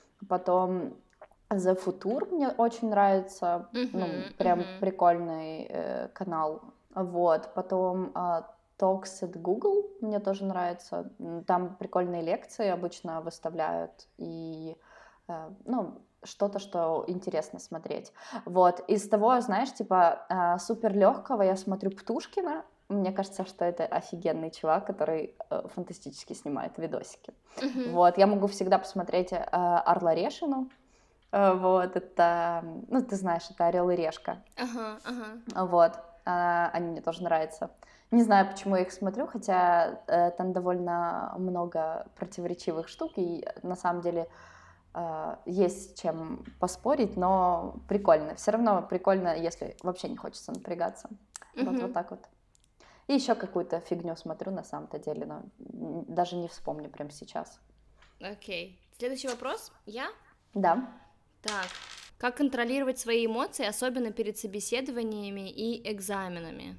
Потом The Future мне очень нравится, ну, Мгм, прям мгм. прикольный э, канал. Вот, потом а, Talks at Google мне тоже нравится. М, Там прикольные лекции обычно выставляют и, э, ну, что-то, что интересно смотреть. Вот, из того, знаешь, типа супер легкого я смотрю Птушкина. Мне кажется, что это офигенный чувак, который э, фантастически снимает видосики. Мгм. Вот, я могу всегда посмотреть э, Арла Решину. Э, Вот, это, ну, ты знаешь, это Орел и Решка. Ага, ага. Вот, а, они мне тоже нравятся. Не знаю, почему я их смотрю, хотя э, там довольно много противоречивых штук, и на самом деле э, есть с чем поспорить, но прикольно. Все равно прикольно, если вообще не хочется напрягаться. Вот, Мгм. вот так вот. И еще какую-то фигню смотрю на самом-то деле, но м, даже не вспомню прямо сейчас. Окей. Следующий вопрос. Я? Да. Так. Как контролировать свои эмоции, особенно перед собеседованиями и экзаменами?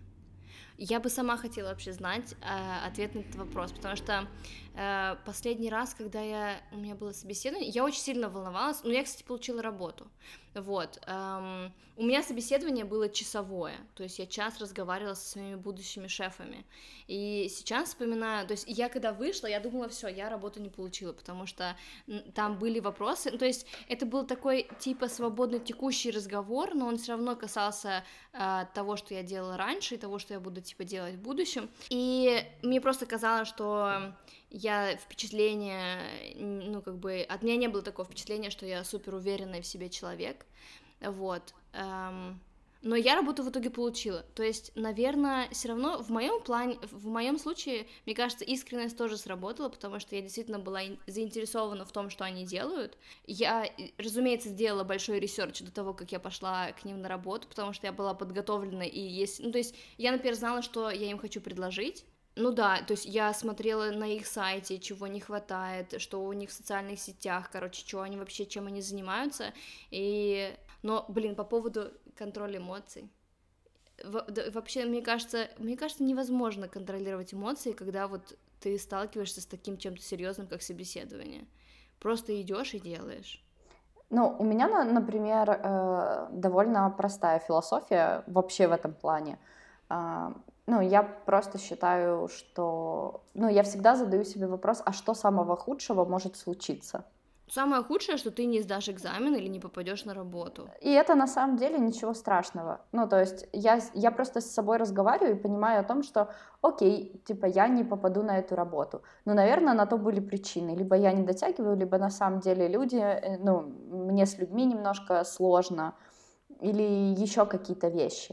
Я бы сама хотела вообще знать э, ответ на этот вопрос, потому что э, последний раз, когда я, у меня было собеседование, я очень сильно волновалась, но я, кстати, получила работу, вот, эм, у меня собеседование было часовое, то есть я час разговаривала со своими будущими шефами, и сейчас вспоминаю, то есть я когда вышла, я думала, все, я работу не получила, потому что м, там были вопросы, ну, то есть это был такой типа свободно текущий разговор, но он все равно касался э, того, что я делала раньше, и того, что я буду типа делать в будущем. И мне просто казалось, что я впечатление, ну как бы от меня не было такого впечатления, что я супер уверенный в себе человек, вот. Эм, Но я работу в итоге получила. То есть, наверное, все равно в моем плане, в моем случае, мне кажется, искренность тоже сработала, потому что я действительно была заинтересована в том, что они делают. Я, разумеется, сделала большой ресерч до того, как я пошла к ним на работу, потому что я была подготовлена, и есть... Ну, то есть, я, например, знала, что я им хочу предложить. Ну да, то есть я смотрела на их сайте, чего не хватает, что у них в социальных сетях, короче, что они вообще, чем они занимаются, и... Но, блин, по поводу контроля эмоций, Во- да, вообще, мне кажется, мне кажется, невозможно контролировать эмоции, когда вот ты сталкиваешься с таким чем-то серьезным, как собеседование. Просто идешь и делаешь. Ну, у меня, на- например, э, довольно простая философия вообще в этом плане. А, Ну, я просто считаю, что... Ну, я всегда задаю себе вопрос, а что самого худшего может случиться? Самое худшее, что ты не сдашь экзамен или не попадешь на работу. И это на самом деле ничего страшного. Ну, то есть я, с- я просто с собой разговариваю и понимаю о том, что, окей, типа, я не попаду на эту работу. Ну, наверное, на то были причины. Либо я не дотягиваю, либо на самом деле люди, э, ну, мне с людьми немножко сложно, или еще какие-то вещи.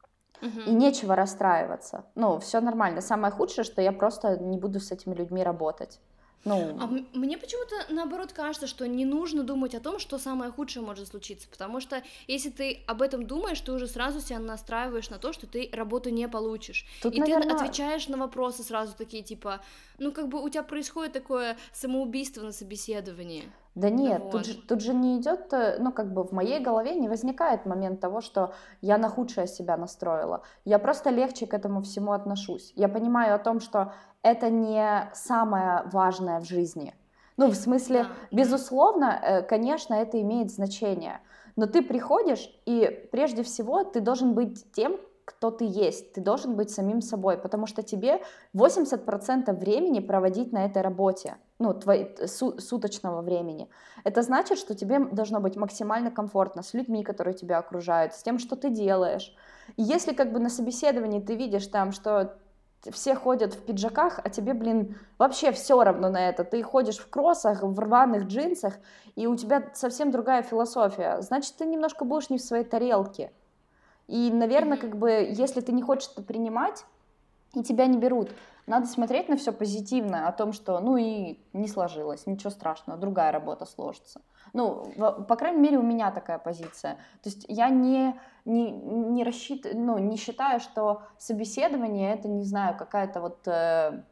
И Мгм. нечего расстраиваться. Ну, все нормально. Самое худшее, что я просто не буду с этими людьми работать. А Ну, м- мне почему-то наоборот кажется, что не нужно думать о том, что самое худшее может случиться, потому что если ты об этом думаешь, ты уже сразу себя настраиваешь на то, что ты работу не получишь, тут, и ты наверное, отвечаешь на вопросы сразу такие типа, ну как бы у тебя происходит такое самоубийство на собеседовании, да нет, тут вот. же, тут же не идет, э, ну как бы в моей голове не возникает момент того, что я на худшее себя настроила. Я просто легче к этому всему отношусь. Я понимаю о том, что это не самое важное в жизни. Ну, в смысле, Да, да. безусловно, э, конечно, это имеет значение. Но ты приходишь, и прежде всего ты должен быть тем, кто ты есть. Ты должен быть самим собой, потому что тебе восемьдесят процентов времени проводить на этой работе, ну, твоей, су- суточного времени. Это значит, что тебе должно быть максимально комфортно с людьми, которые тебя окружают, с тем, что ты делаешь. И если как бы на собеседовании ты видишь там, что все ходят в пиджаках, а тебе, блин, вообще все равно на это. Ты ходишь в кроссах, в рваных джинсах, и у тебя совсем другая философия. Значит, ты немножко будешь не в своей тарелке. И, наверное, Мгм. как бы, если ты не хочешь это принимать, и тебя не берут. Надо смотреть на все позитивно, о том, что, ну и не сложилось, ничего страшного, другая работа сложится. Ну, в- по крайней мере, у меня такая позиция. То есть я не, не, не, рассчит... ну, не считаю, что собеседование это, не знаю, какая-то вот... э,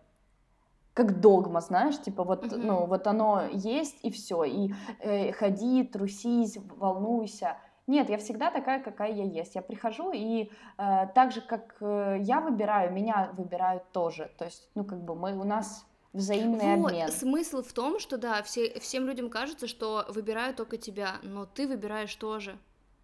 как догма, знаешь, типа вот, ну, Мгм. вот оно есть и все, и э, ходи, трусись, волнуйся. Нет, я всегда такая, какая я есть. Я прихожу, и э, так же, как э, я выбираю, меня выбирают тоже. То есть, ну, как бы мы, у нас взаимный Вот, обмен. смысл в том, что да, все, всем людям кажется, что выбирают только тебя, но ты выбираешь тоже.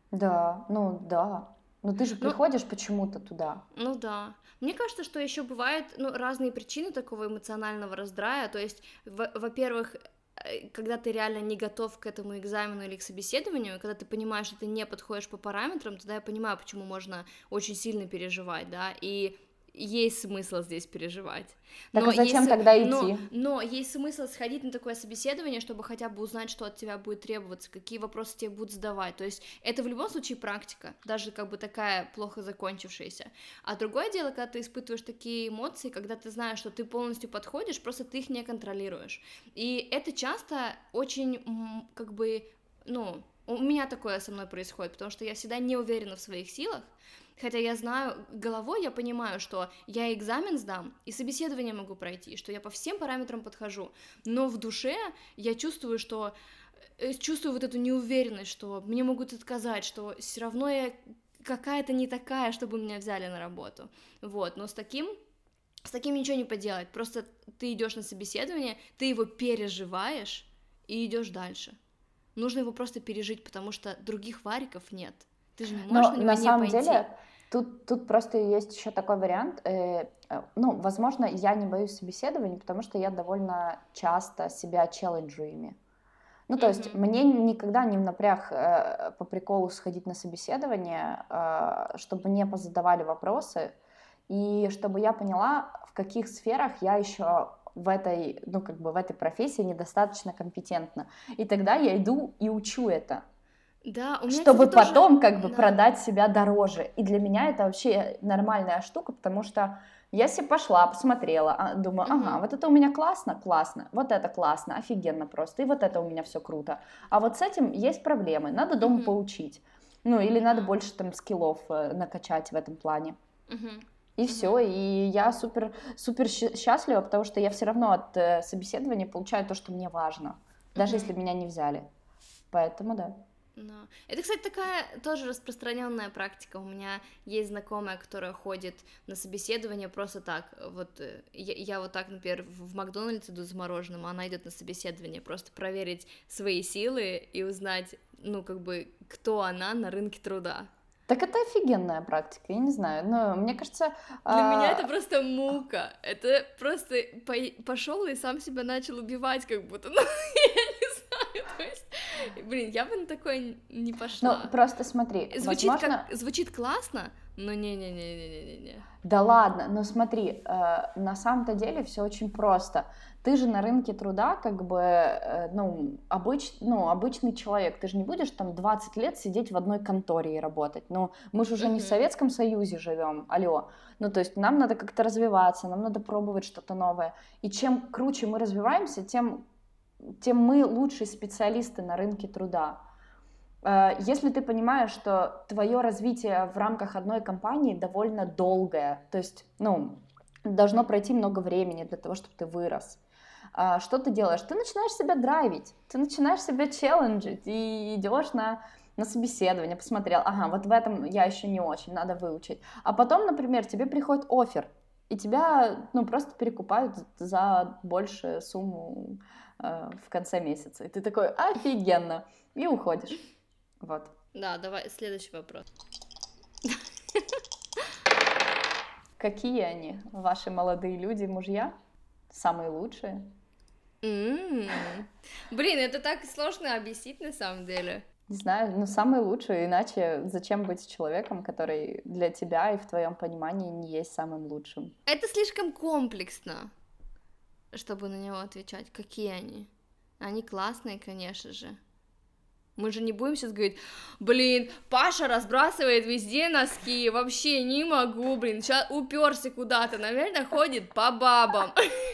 Да, ну да. Но ты же Ну, приходишь почему-то туда. Ну да. Мне кажется, что еще бывают ну, разные причины такого эмоционального раздрая. То есть, во- во-первых, э, когда ты реально не готов к этому экзамену или к собеседованию, когда ты понимаешь, что ты не подходишь по параметрам, тогда я понимаю, почему можно очень сильно переживать, да, и есть смысл здесь переживать. Так Но а зачем есть, тогда но, идти? но есть смысл сходить на такое собеседование, чтобы хотя бы узнать, что от тебя будет требоваться, какие вопросы тебе будут задавать. То есть это в любом случае практика, даже как бы такая плохо закончившаяся. А другое дело, когда ты испытываешь такие эмоции, когда ты знаешь, что ты полностью подходишь, просто ты их не контролируешь. И это часто очень, м, как бы, ну, у меня такое со мной происходит, потому что я всегда не уверена в своих силах, хотя я знаю, головой я понимаю, что я экзамен сдам, и собеседование могу пройти, что я по всем параметрам подхожу, но в душе я чувствую, что э, чувствую вот эту неуверенность, что мне могут отказать, что все равно я какая-то не такая, чтобы меня взяли на работу. Вот, но с таким с таким ничего не поделать. Просто ты идешь на собеседование, ты его переживаешь и идешь дальше. Нужно его просто пережить, потому что других вариков нет. Ты же не можешь Но на него на не самом пойти. деле тут, тут просто есть еще такой вариант. э, э, Ну, возможно, я не боюсь собеседований, потому что я довольно часто себя челленджу ими. Ну, то есть Угу, мне никогда не в напряг э, по приколу сходить на собеседование, э, чтобы мне позадавали вопросы, и чтобы я поняла, в каких сферах я еще в этой, ну, как бы в этой профессии недостаточно компетентна. И тогда я иду и учу это. Да, у меня, чтобы кстати, тоже... потом как бы Да. продать себя дороже. И для меня это вообще нормальная штука, потому что я себе пошла, посмотрела, а, думаю, ага, Мгм. вот это у меня классно, классно, вот это классно, офигенно просто, и вот это у меня все круто. А вот с этим есть проблемы, надо дома Мгм. поучить. Ну, или надо Да. больше там скиллов э, накачать в этом плане. Мгм. И все, и я супер, супер щ- счастлива, потому что я все равно от э, собеседования получаю то, что мне важно, даже Мгм. если меня не взяли. Поэтому да. Да. Это, кстати, такая тоже распространенная практика. У меня есть знакомая, которая ходит на собеседование просто так. Вот э, я, я вот так, например, в в Макдональдс иду за мороженым, а она идет на собеседование, просто проверить свои силы и узнать, ну, как бы, кто она на рынке труда. Так это офигенная практика, я не знаю, но мне кажется... Для меня это а, просто мука. Это просто пошел и сам себя начал убивать, как будто. Ну, я не знаю. То есть, блин, я бы на такое не Ну, пошла. просто смотри, Звучит возможно... как звучит классно, но не-не-не-не-не-не. Да ладно, но смотри, э, на самом-то деле все очень просто. Ты же на рынке труда как бы, э, ну, обыч, ну, обычный человек. Ты же не будешь там двадцать лет сидеть в одной конторе и работать. Ну, мы же уже не в Мгм. Советском Союзе живем, алло. Ну, то есть нам надо как-то развиваться, нам надо пробовать что-то новое. И чем круче мы развиваемся, тем, тем мы лучшие специалисты на рынке труда. Э, Если ты понимаешь, что твое развитие в рамках одной компании довольно долгое, то есть, ну, должно пройти много времени для того, чтобы ты вырос. А что ты делаешь? Ты начинаешь себя драйвить, ты начинаешь себя челленджить и идешь на, на собеседование, посмотрел, ага, вот в этом я еще не очень, надо выучить. А потом, например, тебе приходит оффер, и тебя, ну, просто перекупают за большую сумму э, в конце месяца. И ты такой, офигенно, и уходишь. Вот. Да, давай следующий вопрос. Какие они, ваши молодые люди, мужья? Самые лучшие? М. Блин, это так сложно объяснить на самом деле. Не знаю, ну самые лучшие, иначе зачем быть с человеком, который для тебя и в твоем понимании не есть самым лучшим? Это слишком комплексно, чтобы на него отвечать. Какие они? Они классные, конечно же. Мы же не будем сейчас говорить, блин, Паша разбрасывает везде носки, вообще не могу, блин, сейчас уперся куда-то, наверное, ходит по бабам.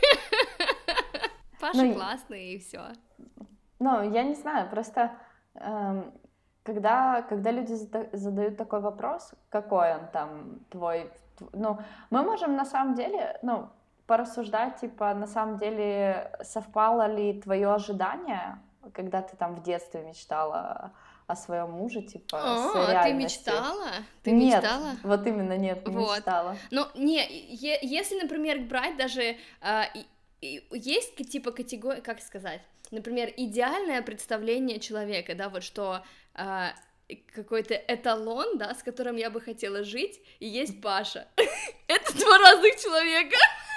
Паша Ну, классный и все. ну, я не знаю, просто эм, когда, когда люди зада- задают такой вопрос, какой он там твой, тв- ну, мы можем на самом деле, ну, порассуждать, типа, на самом деле, совпало ли твое ожидание, когда ты там в детстве мечтала о своем муже, типа, с А, ты реальностью? мечтала? Ты Нет, мечтала? вот именно нет, не Вот. мечтала. Ну, не, е- если, например, брать даже... а, и- и- есть ка- типа категория, как сказать, например, идеальное представление человека, да, вот что а, какой-то эталон, да, с которым я бы хотела жить, и есть Паша. Это два разных человека.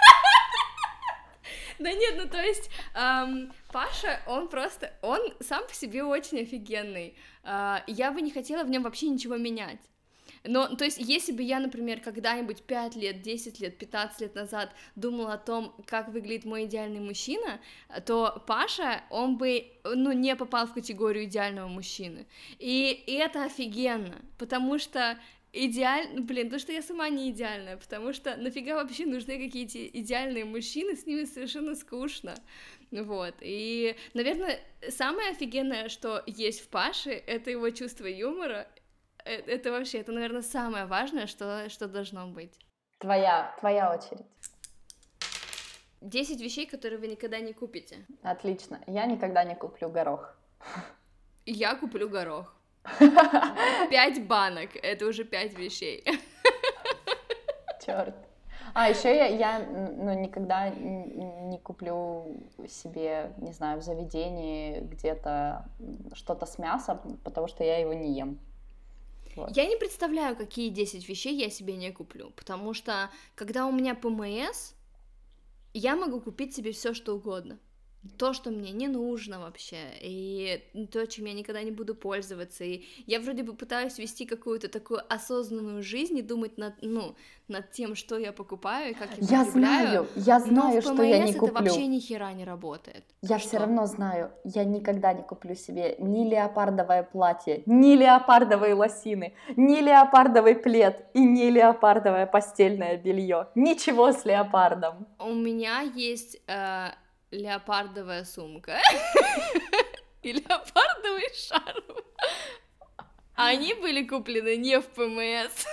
Да нет, ну то есть ам, Паша, он просто, он сам по себе очень офигенный. А, я бы не хотела в нем вообще ничего менять. Но, то есть, если бы я, например, когда-нибудь пять лет, десять лет, пятнадцать лет назад думала о том, как выглядит мой идеальный мужчина, то Паша, он бы, ну, не попал в категорию идеального мужчины. И, и это офигенно, потому что идеально, блин, то, что я сама не идеальная, потому что нафига вообще нужны какие-то идеальные мужчины, с ними совершенно скучно. Вот, и, наверное, самое офигенное, что есть в Паше, это его чувство юмора. Э, Это вообще, это, наверное, самое важное, что, что должно быть. Твоя, твоя очередь. Десять вещей, которые вы никогда не купите. Отлично. Я никогда не куплю горох. Я куплю горох. Пять банок, это уже пять вещей. Черт. А, еще я, я ну, никогда н- не куплю себе, не знаю, в заведении где-то что-то с мясом, потому что я его не ем. Вот. Я не представляю, какие десять вещей я себе не куплю, потому что, когда у меня ПМС, я могу купить себе все, что угодно. то, что мне не нужно вообще, и то, чем я никогда не буду пользоваться, и я вроде бы пытаюсь вести какую-то такую осознанную жизнь и думать над, ну, над тем, что я покупаю и как я Я потребляю, знаю, я но знаю, в что я не ПМС это вообще куплю. ни хера не работает. Я все Что? равно знаю, я никогда не куплю себе ни леопардовое платье, ни леопардовые лосины, ни леопардовый плед и ни леопардовое постельное белье. Ничего с леопардом. У меня есть э, леопардовая сумка и леопардовый шарф. Они были куплены не в ПМС.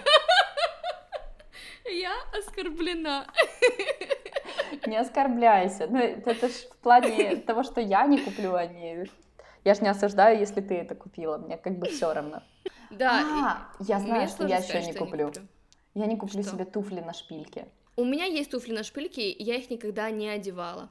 Я оскорблена. Не оскорбляйся. Ну, это ж в плане того, что я не куплю, а не... Я ж не осуждаю, если ты это купила. Мне как бы все равно. Да, А, я знаю, мне что сложно я сказать, еще не что я не куплю. куплю. Я не куплю Что? себе туфли на шпильке. У меня есть туфли на шпильке, я их никогда не одевала.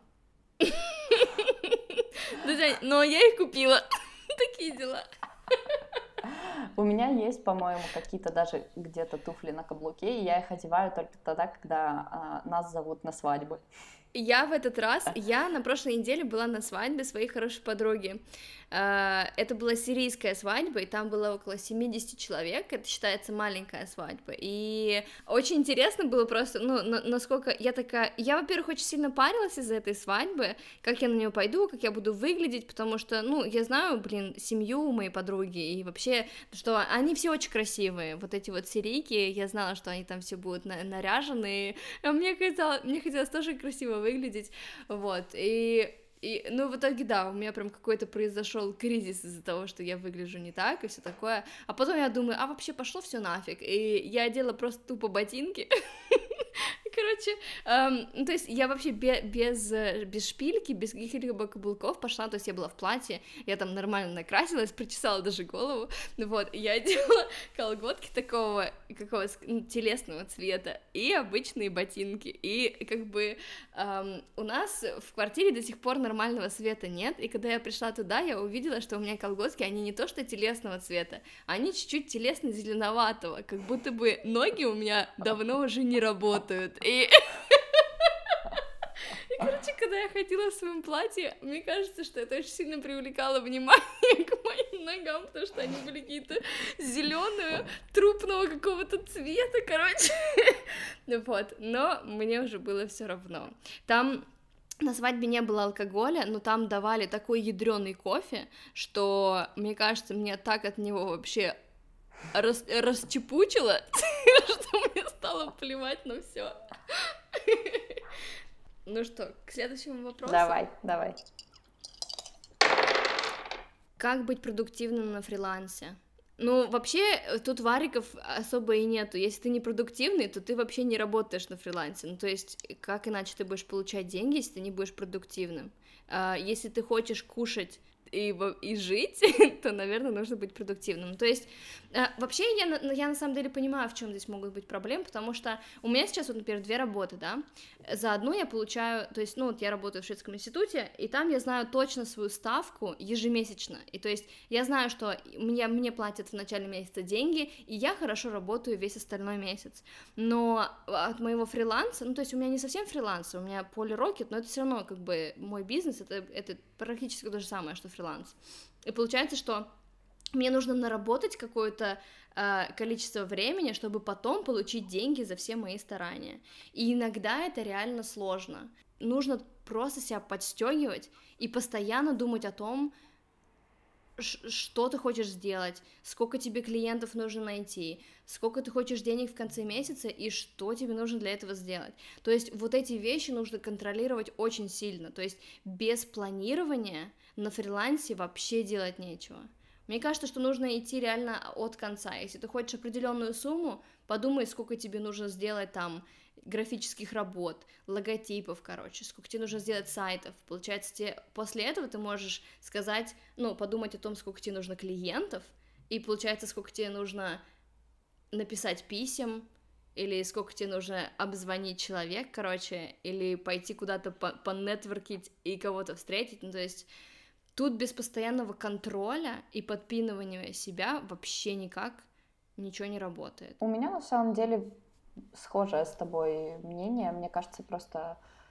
Но я их купила. Такие дела. У меня есть, по-моему, какие-то даже где-то туфли на каблуке, и я их одеваю только тогда, когда а, нас зовут на свадьбу. Я в этот раз, я на прошлой неделе была на свадьбе своей хорошей подруги. Это была сирийская свадьба, и там было около семьдесят человек, это считается маленькая свадьба, и очень интересно было просто, ну, на- насколько я такая, я, во-первых, очень сильно парилась из-за этой свадьбы, как я на нее пойду, как я буду выглядеть, потому что, ну, я знаю, блин, семью моей подруги, и вообще, что они все очень красивые, вот эти вот сирийки, я знала, что они там все будут на- наряжены, а мне казалось, мне хотелось тоже красиво выглядеть, вот, и... И, ну, в итоге, да, у меня прям какой-то произошел кризис из-за того, что я выгляжу не так и все такое. А потом я думаю, а вообще пошло все нафиг. И я одела просто тупо ботинки. Короче, эм, ну, то есть я вообще бе- без, э, без шпильки, без каких-либо каблуков пошла, то есть я была в платье, я там нормально накрасилась, причесала даже голову, вот, и я одела колготки такого, какого ну, телесного цвета, и обычные ботинки, и как бы эм, у нас в квартире до сих пор нормального света нет, и когда я пришла туда, я увидела, что у меня колготки, они не то что телесного цвета, они чуть-чуть телесно-зеленоватого, как будто бы ноги у меня давно уже не работают, и... И, короче, когда я ходила в своем платье, мне кажется, что это очень сильно привлекало внимание к моим ногам, потому что они были какие-то зеленые, трупного какого-то цвета, короче. Ну вот, но мне уже было все равно. Там на свадьбе не было алкоголя, но там давали такой ядреный кофе, что, мне кажется, мне так от него вообще рас расчепучило, что мне стало плевать на все. Ну что, к следующему вопросу. Давай, давай. Как быть продуктивным на фрилансе? Ну, вообще, тут вариков особо и нету. Если ты не продуктивный, то ты вообще не работаешь на фрилансе. Ну, то есть, как иначе ты будешь получать деньги, если ты не будешь продуктивным? А, если ты хочешь кушать и, и жить, то, наверное, нужно быть продуктивным. То есть, э, вообще, я, я на самом деле понимаю, в чем здесь могут быть проблемы, потому что у меня сейчас, вот, например, две работы, да, за одну я получаю, то есть, ну, вот я работаю в шведском институте, и там я знаю точно свою ставку ежемесячно, и то есть, я знаю, что мне, мне платят в начале месяца деньги, и я хорошо работаю весь остальной месяц, но от моего фриланса, ну, то есть, у меня не совсем фриланс, у меня полирокет, но это все равно, как бы, мой бизнес, это, это практически то же самое, что фриланс. И получается, что мне нужно наработать какое-то э, количество времени, чтобы потом получить деньги за все мои старания. И иногда это реально сложно. Нужно просто себя подстегивать и постоянно думать о том, что ты хочешь сделать, сколько тебе клиентов нужно найти, сколько ты хочешь денег в конце месяца и что тебе нужно для этого сделать. То есть вот эти вещи нужно контролировать очень сильно. То есть без планирования на фрилансе вообще делать нечего. Мне кажется, что нужно идти реально от конца. Если ты хочешь определенную сумму, подумай, сколько тебе нужно сделать там графических работ, логотипов, короче, сколько тебе нужно сделать сайтов. Получается, тебе после этого ты можешь сказать, ну, подумать о том, сколько тебе нужно клиентов, и получается, сколько тебе нужно написать писем, или сколько тебе нужно обзвонить человек, короче, или пойти куда-то понетворкить и кого-то встретить, ну, то есть тут без постоянного контроля и подпинывания себя вообще никак ничего не работает. У меня на самом деле схожее с тобой мнение. Мне кажется, просто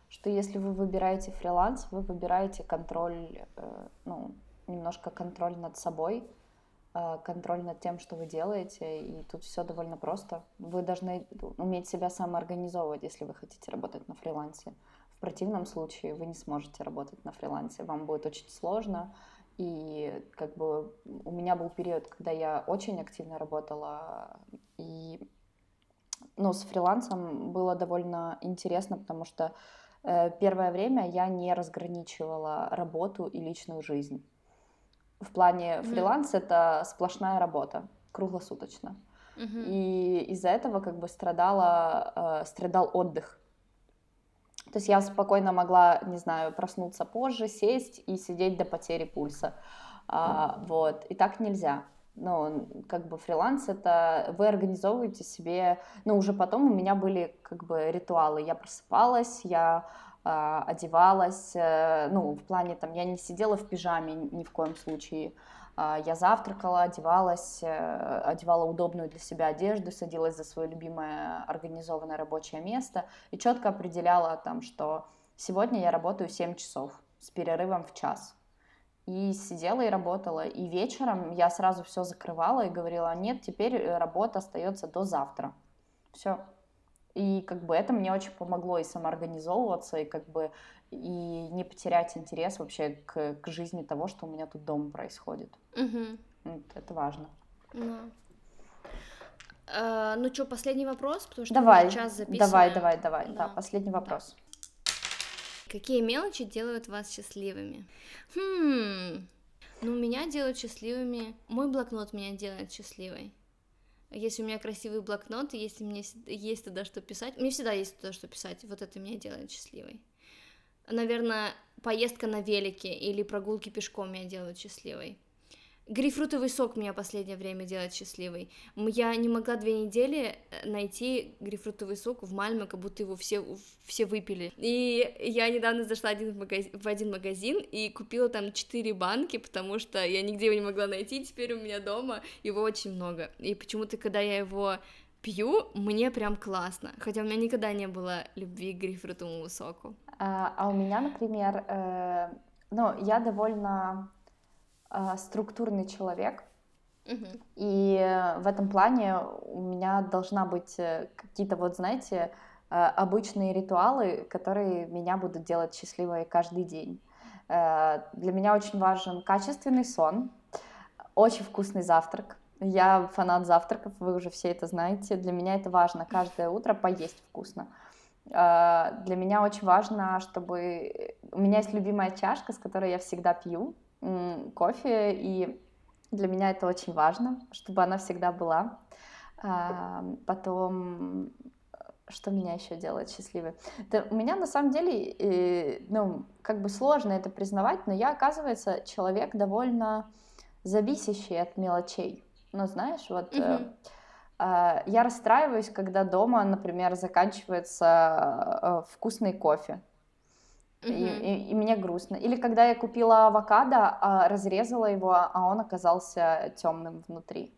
что если вы выбираете фриланс, вы выбираете контроль, ну, немножко контроль над собой, контроль над тем, что вы делаете, и тут все довольно просто. Вы должны уметь себя самоорганизовывать, если вы хотите работать на фрилансе. В противном случае вы не сможете работать на фрилансе, вам будет очень сложно. И как бы у меня был период, когда я очень активно работала, и ну, с фрилансом было довольно интересно, потому что э, первое время я не разграничивала работу и личную жизнь. В плане Мгм. фриланс — это сплошная работа, круглосуточно. Мгм. И из-за этого как бы страдала, э, страдал отдых. То есть я спокойно могла, не знаю, проснуться позже, сесть и сидеть до потери пульса. А, вот. И так нельзя. Ну, как бы фриланс — это вы организовываете себе... Ну, уже потом у меня были как бы ритуалы. Я просыпалась, я а, одевалась. э, Ну, в плане там, я не сидела в пижаме ни в коем случае. А, Я завтракала, одевалась, э, одевала удобную для себя одежду, садилась за свое любимое организованное рабочее место и четко определяла там, что сегодня я работаю семь часов с перерывом в час. И сидела и работала. И вечером я сразу все закрывала и говорила: нет, теперь э, работа остается до завтра. Все. И как бы это мне очень помогло и самоорганизовываться, и как бы и не потерять интерес вообще к, к жизни того, что у меня тут дома происходит. Мгм. Вот это важно. Да. А, ну что, последний вопрос, потому что мы Давай, уже час давай, записываем. давай, давай. Да, Да. последний вопрос. Какие мелочи делают вас счастливыми? Хм. Ну, меня делают счастливыми. Мой блокнот меня делает счастливой. Если у меня красивый блокнот, и если мне с- есть туда что писать, мне всегда есть туда что писать, вот это меня делает счастливой. Наверное, поездка на велике или прогулки пешком меня делают счастливой. Грейпфрутовый сок меня последнее время делает счастливой. М, Я не могла две недели э, найти грейпфрутовый сок в Мальме, как будто его все, все выпили. И я недавно зашла один в, магазин, в один магазин и купила там четыре банки, потому что я нигде его не могла найти, теперь у меня дома его очень много. И почему-то, когда я его пью, мне прям классно, хотя у меня никогда не было любви к грейпфрутовому соку. А, а у меня, например, э, ну, я довольно э, структурный человек, Мгм. и э, в этом плане у меня должна быть э, какие-то, вот знаете, э, обычные ритуалы, которые меня будут делать счастливой каждый день. Э, Для меня очень важен качественный сон, очень вкусный завтрак. Я фанат завтраков, вы уже все это знаете. Для меня это важно каждое утро поесть вкусно. Э, Для меня очень важно, чтобы... У меня есть любимая чашка, с которой я всегда пью м, кофе, и для меня это очень важно, чтобы она всегда была. А, Потом, что меня еще делает счастливой? Да, у меня на самом деле, э, ну, как бы сложно это признавать, но я, оказывается, человек довольно зависящий от мелочей. Ну, знаешь, вот э, Мгм. а, я расстраиваюсь, когда дома, например, заканчивается э, вкусный кофе. И, Мгм. и- и мне грустно. Или когда я купила авокадо, а, разрезала его, а он оказался темным внутри.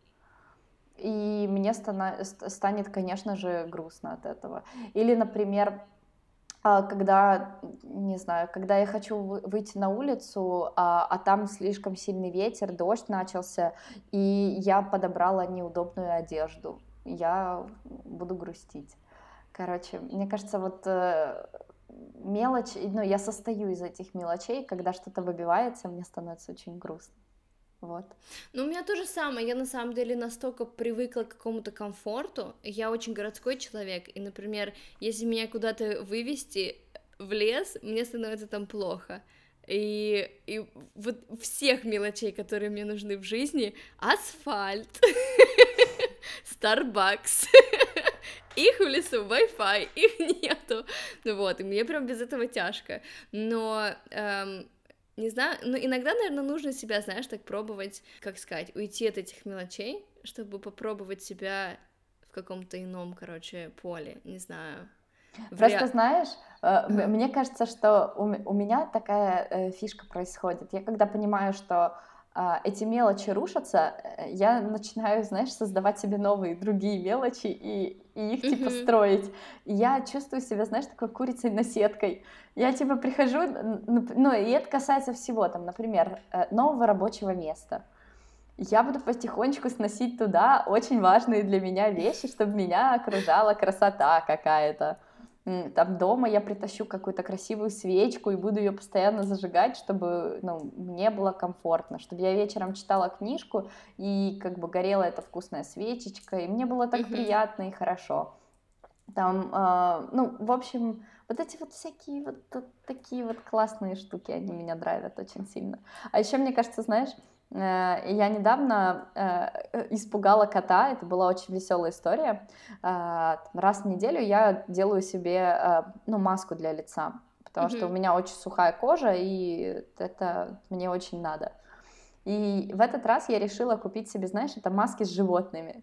И мне стана- ст- станет, конечно же, грустно от этого. Или, например, а, когда, не знаю, когда я хочу вы- выйти на улицу, а, а там слишком сильный ветер, дождь начался, и я подобрала неудобную одежду, я буду грустить. Короче, мне кажется, вот э, мелочь, ну, я состою из этих мелочей, когда что-то выбивается, мне становится очень грустно. Вот. Ну, у меня то же самое, я на самом деле настолько привыкла к какому-то комфорту, я очень городской человек, и, например, если меня куда-то вывести в лес, мне становится там плохо, и, и вот всех мелочей, которые мне нужны в жизни, асфальт, Starbucks, их в лесу, Wi-Fi, их нету, ну вот, и мне прям без этого тяжко, но эм, не знаю, ну иногда, наверное, нужно себя, знаешь, так пробовать, как сказать, уйти от этих мелочей, чтобы попробовать себя в каком-то ином, короче, поле, не знаю, в Просто ре... знаешь, э, м- Ага. мне кажется, что у, м- у меня такая э, фишка происходит. Я когда понимаю, что а, эти мелочи русятся, я начинаю, знаешь, создавать себе новые, другие мелочи и, и их, типа, Мгм. строить. И я чувствую себя, знаешь, такой курицей на сеткой. Я, типа, прихожу, н- нап- ну, и это касается всего, там, например, э, нового рабочего места. Я буду потихонечку сносить туда очень важные для меня вещи, чтобы меня окружала красота какая-то. М, Там дома я притащу какую-то красивую свечку и буду ее постоянно зажигать, чтобы, ну, мне было комфортно, чтобы я вечером читала книжку и как бы горела эта вкусная свечечка, и мне было так Мгм. приятно и хорошо. Там, а, ну, в общем, вот эти вот всякие вот, вот такие вот классные штуки, они меня драйвят очень сильно. А еще, мне кажется, знаешь, э, я недавно э, испугала кота, это была очень веселая история. А, там раз в неделю я делаю себе, э, ну, маску для лица, потому что у Мгм. меня очень сухая кожа, и это мне очень надо. И в этот раз я решила купить себе, знаешь, это маски с животными.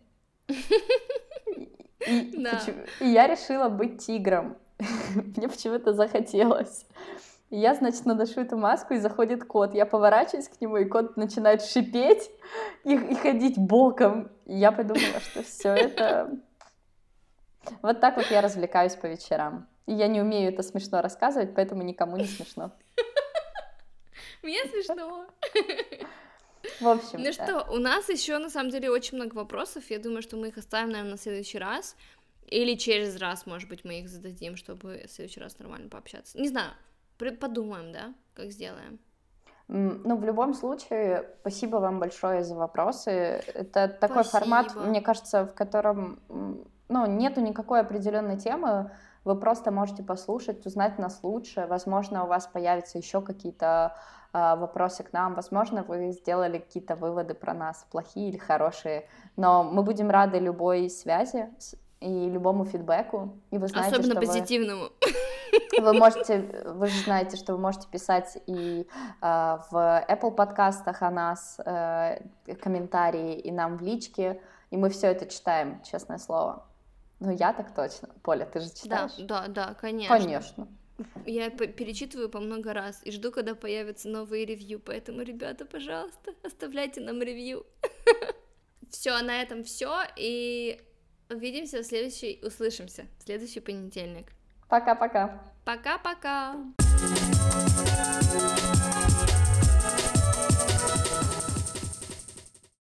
И, Да. почему- и я решила быть тигром. Мне почему-то захотелось. И я, значит, наношу эту маску, и заходит кот. Я поворачиваюсь к нему, и кот начинает шипеть и, и ходить боком. И я подумала, что все это... Вот так вот я развлекаюсь по вечерам. И я не умею это смешно рассказывать, поэтому никому не смешно. Мне смешно. В общем, Ну э, что, у нас еще на самом деле очень много вопросов. Я думаю, что мы их оставим, наверное, на следующий раз. Или через раз, может быть, мы их зададим, чтобы в следующий раз нормально пообщаться. Не знаю, при- подумаем, да, как сделаем. м, ну, в любом случае, спасибо вам большое за вопросы. Это такой формат, Спасибо. мне кажется, в котором, м, ну, нету никакой определенной темы. Вы просто можете послушать, узнать нас лучше. Возможно, у вас появятся еще какие-то а, вопросы к нам. Возможно, вы сделали какие-то выводы про нас, плохие или хорошие. Но мы будем рады любой связи с- и любому фидбэку. И вы знаете, Особенно что вы позитивному. вы можете, вы же знаете, что вы можете писать и а, в Apple подкастах о нас э, комментарии, и нам в личке, и мы все это читаем, честное слово. Ну, я так точно. Поля, ты же Да, читаешь? да, да, конечно. Конечно. Я п- перечитываю по много раз и жду, когда появятся новые ревью. Поэтому, ребята, пожалуйста, оставляйте нам ревью. Все, на этом все. И увидимся в следующий, услышимся в следующий понедельник. Пока-пока. Пока-пока.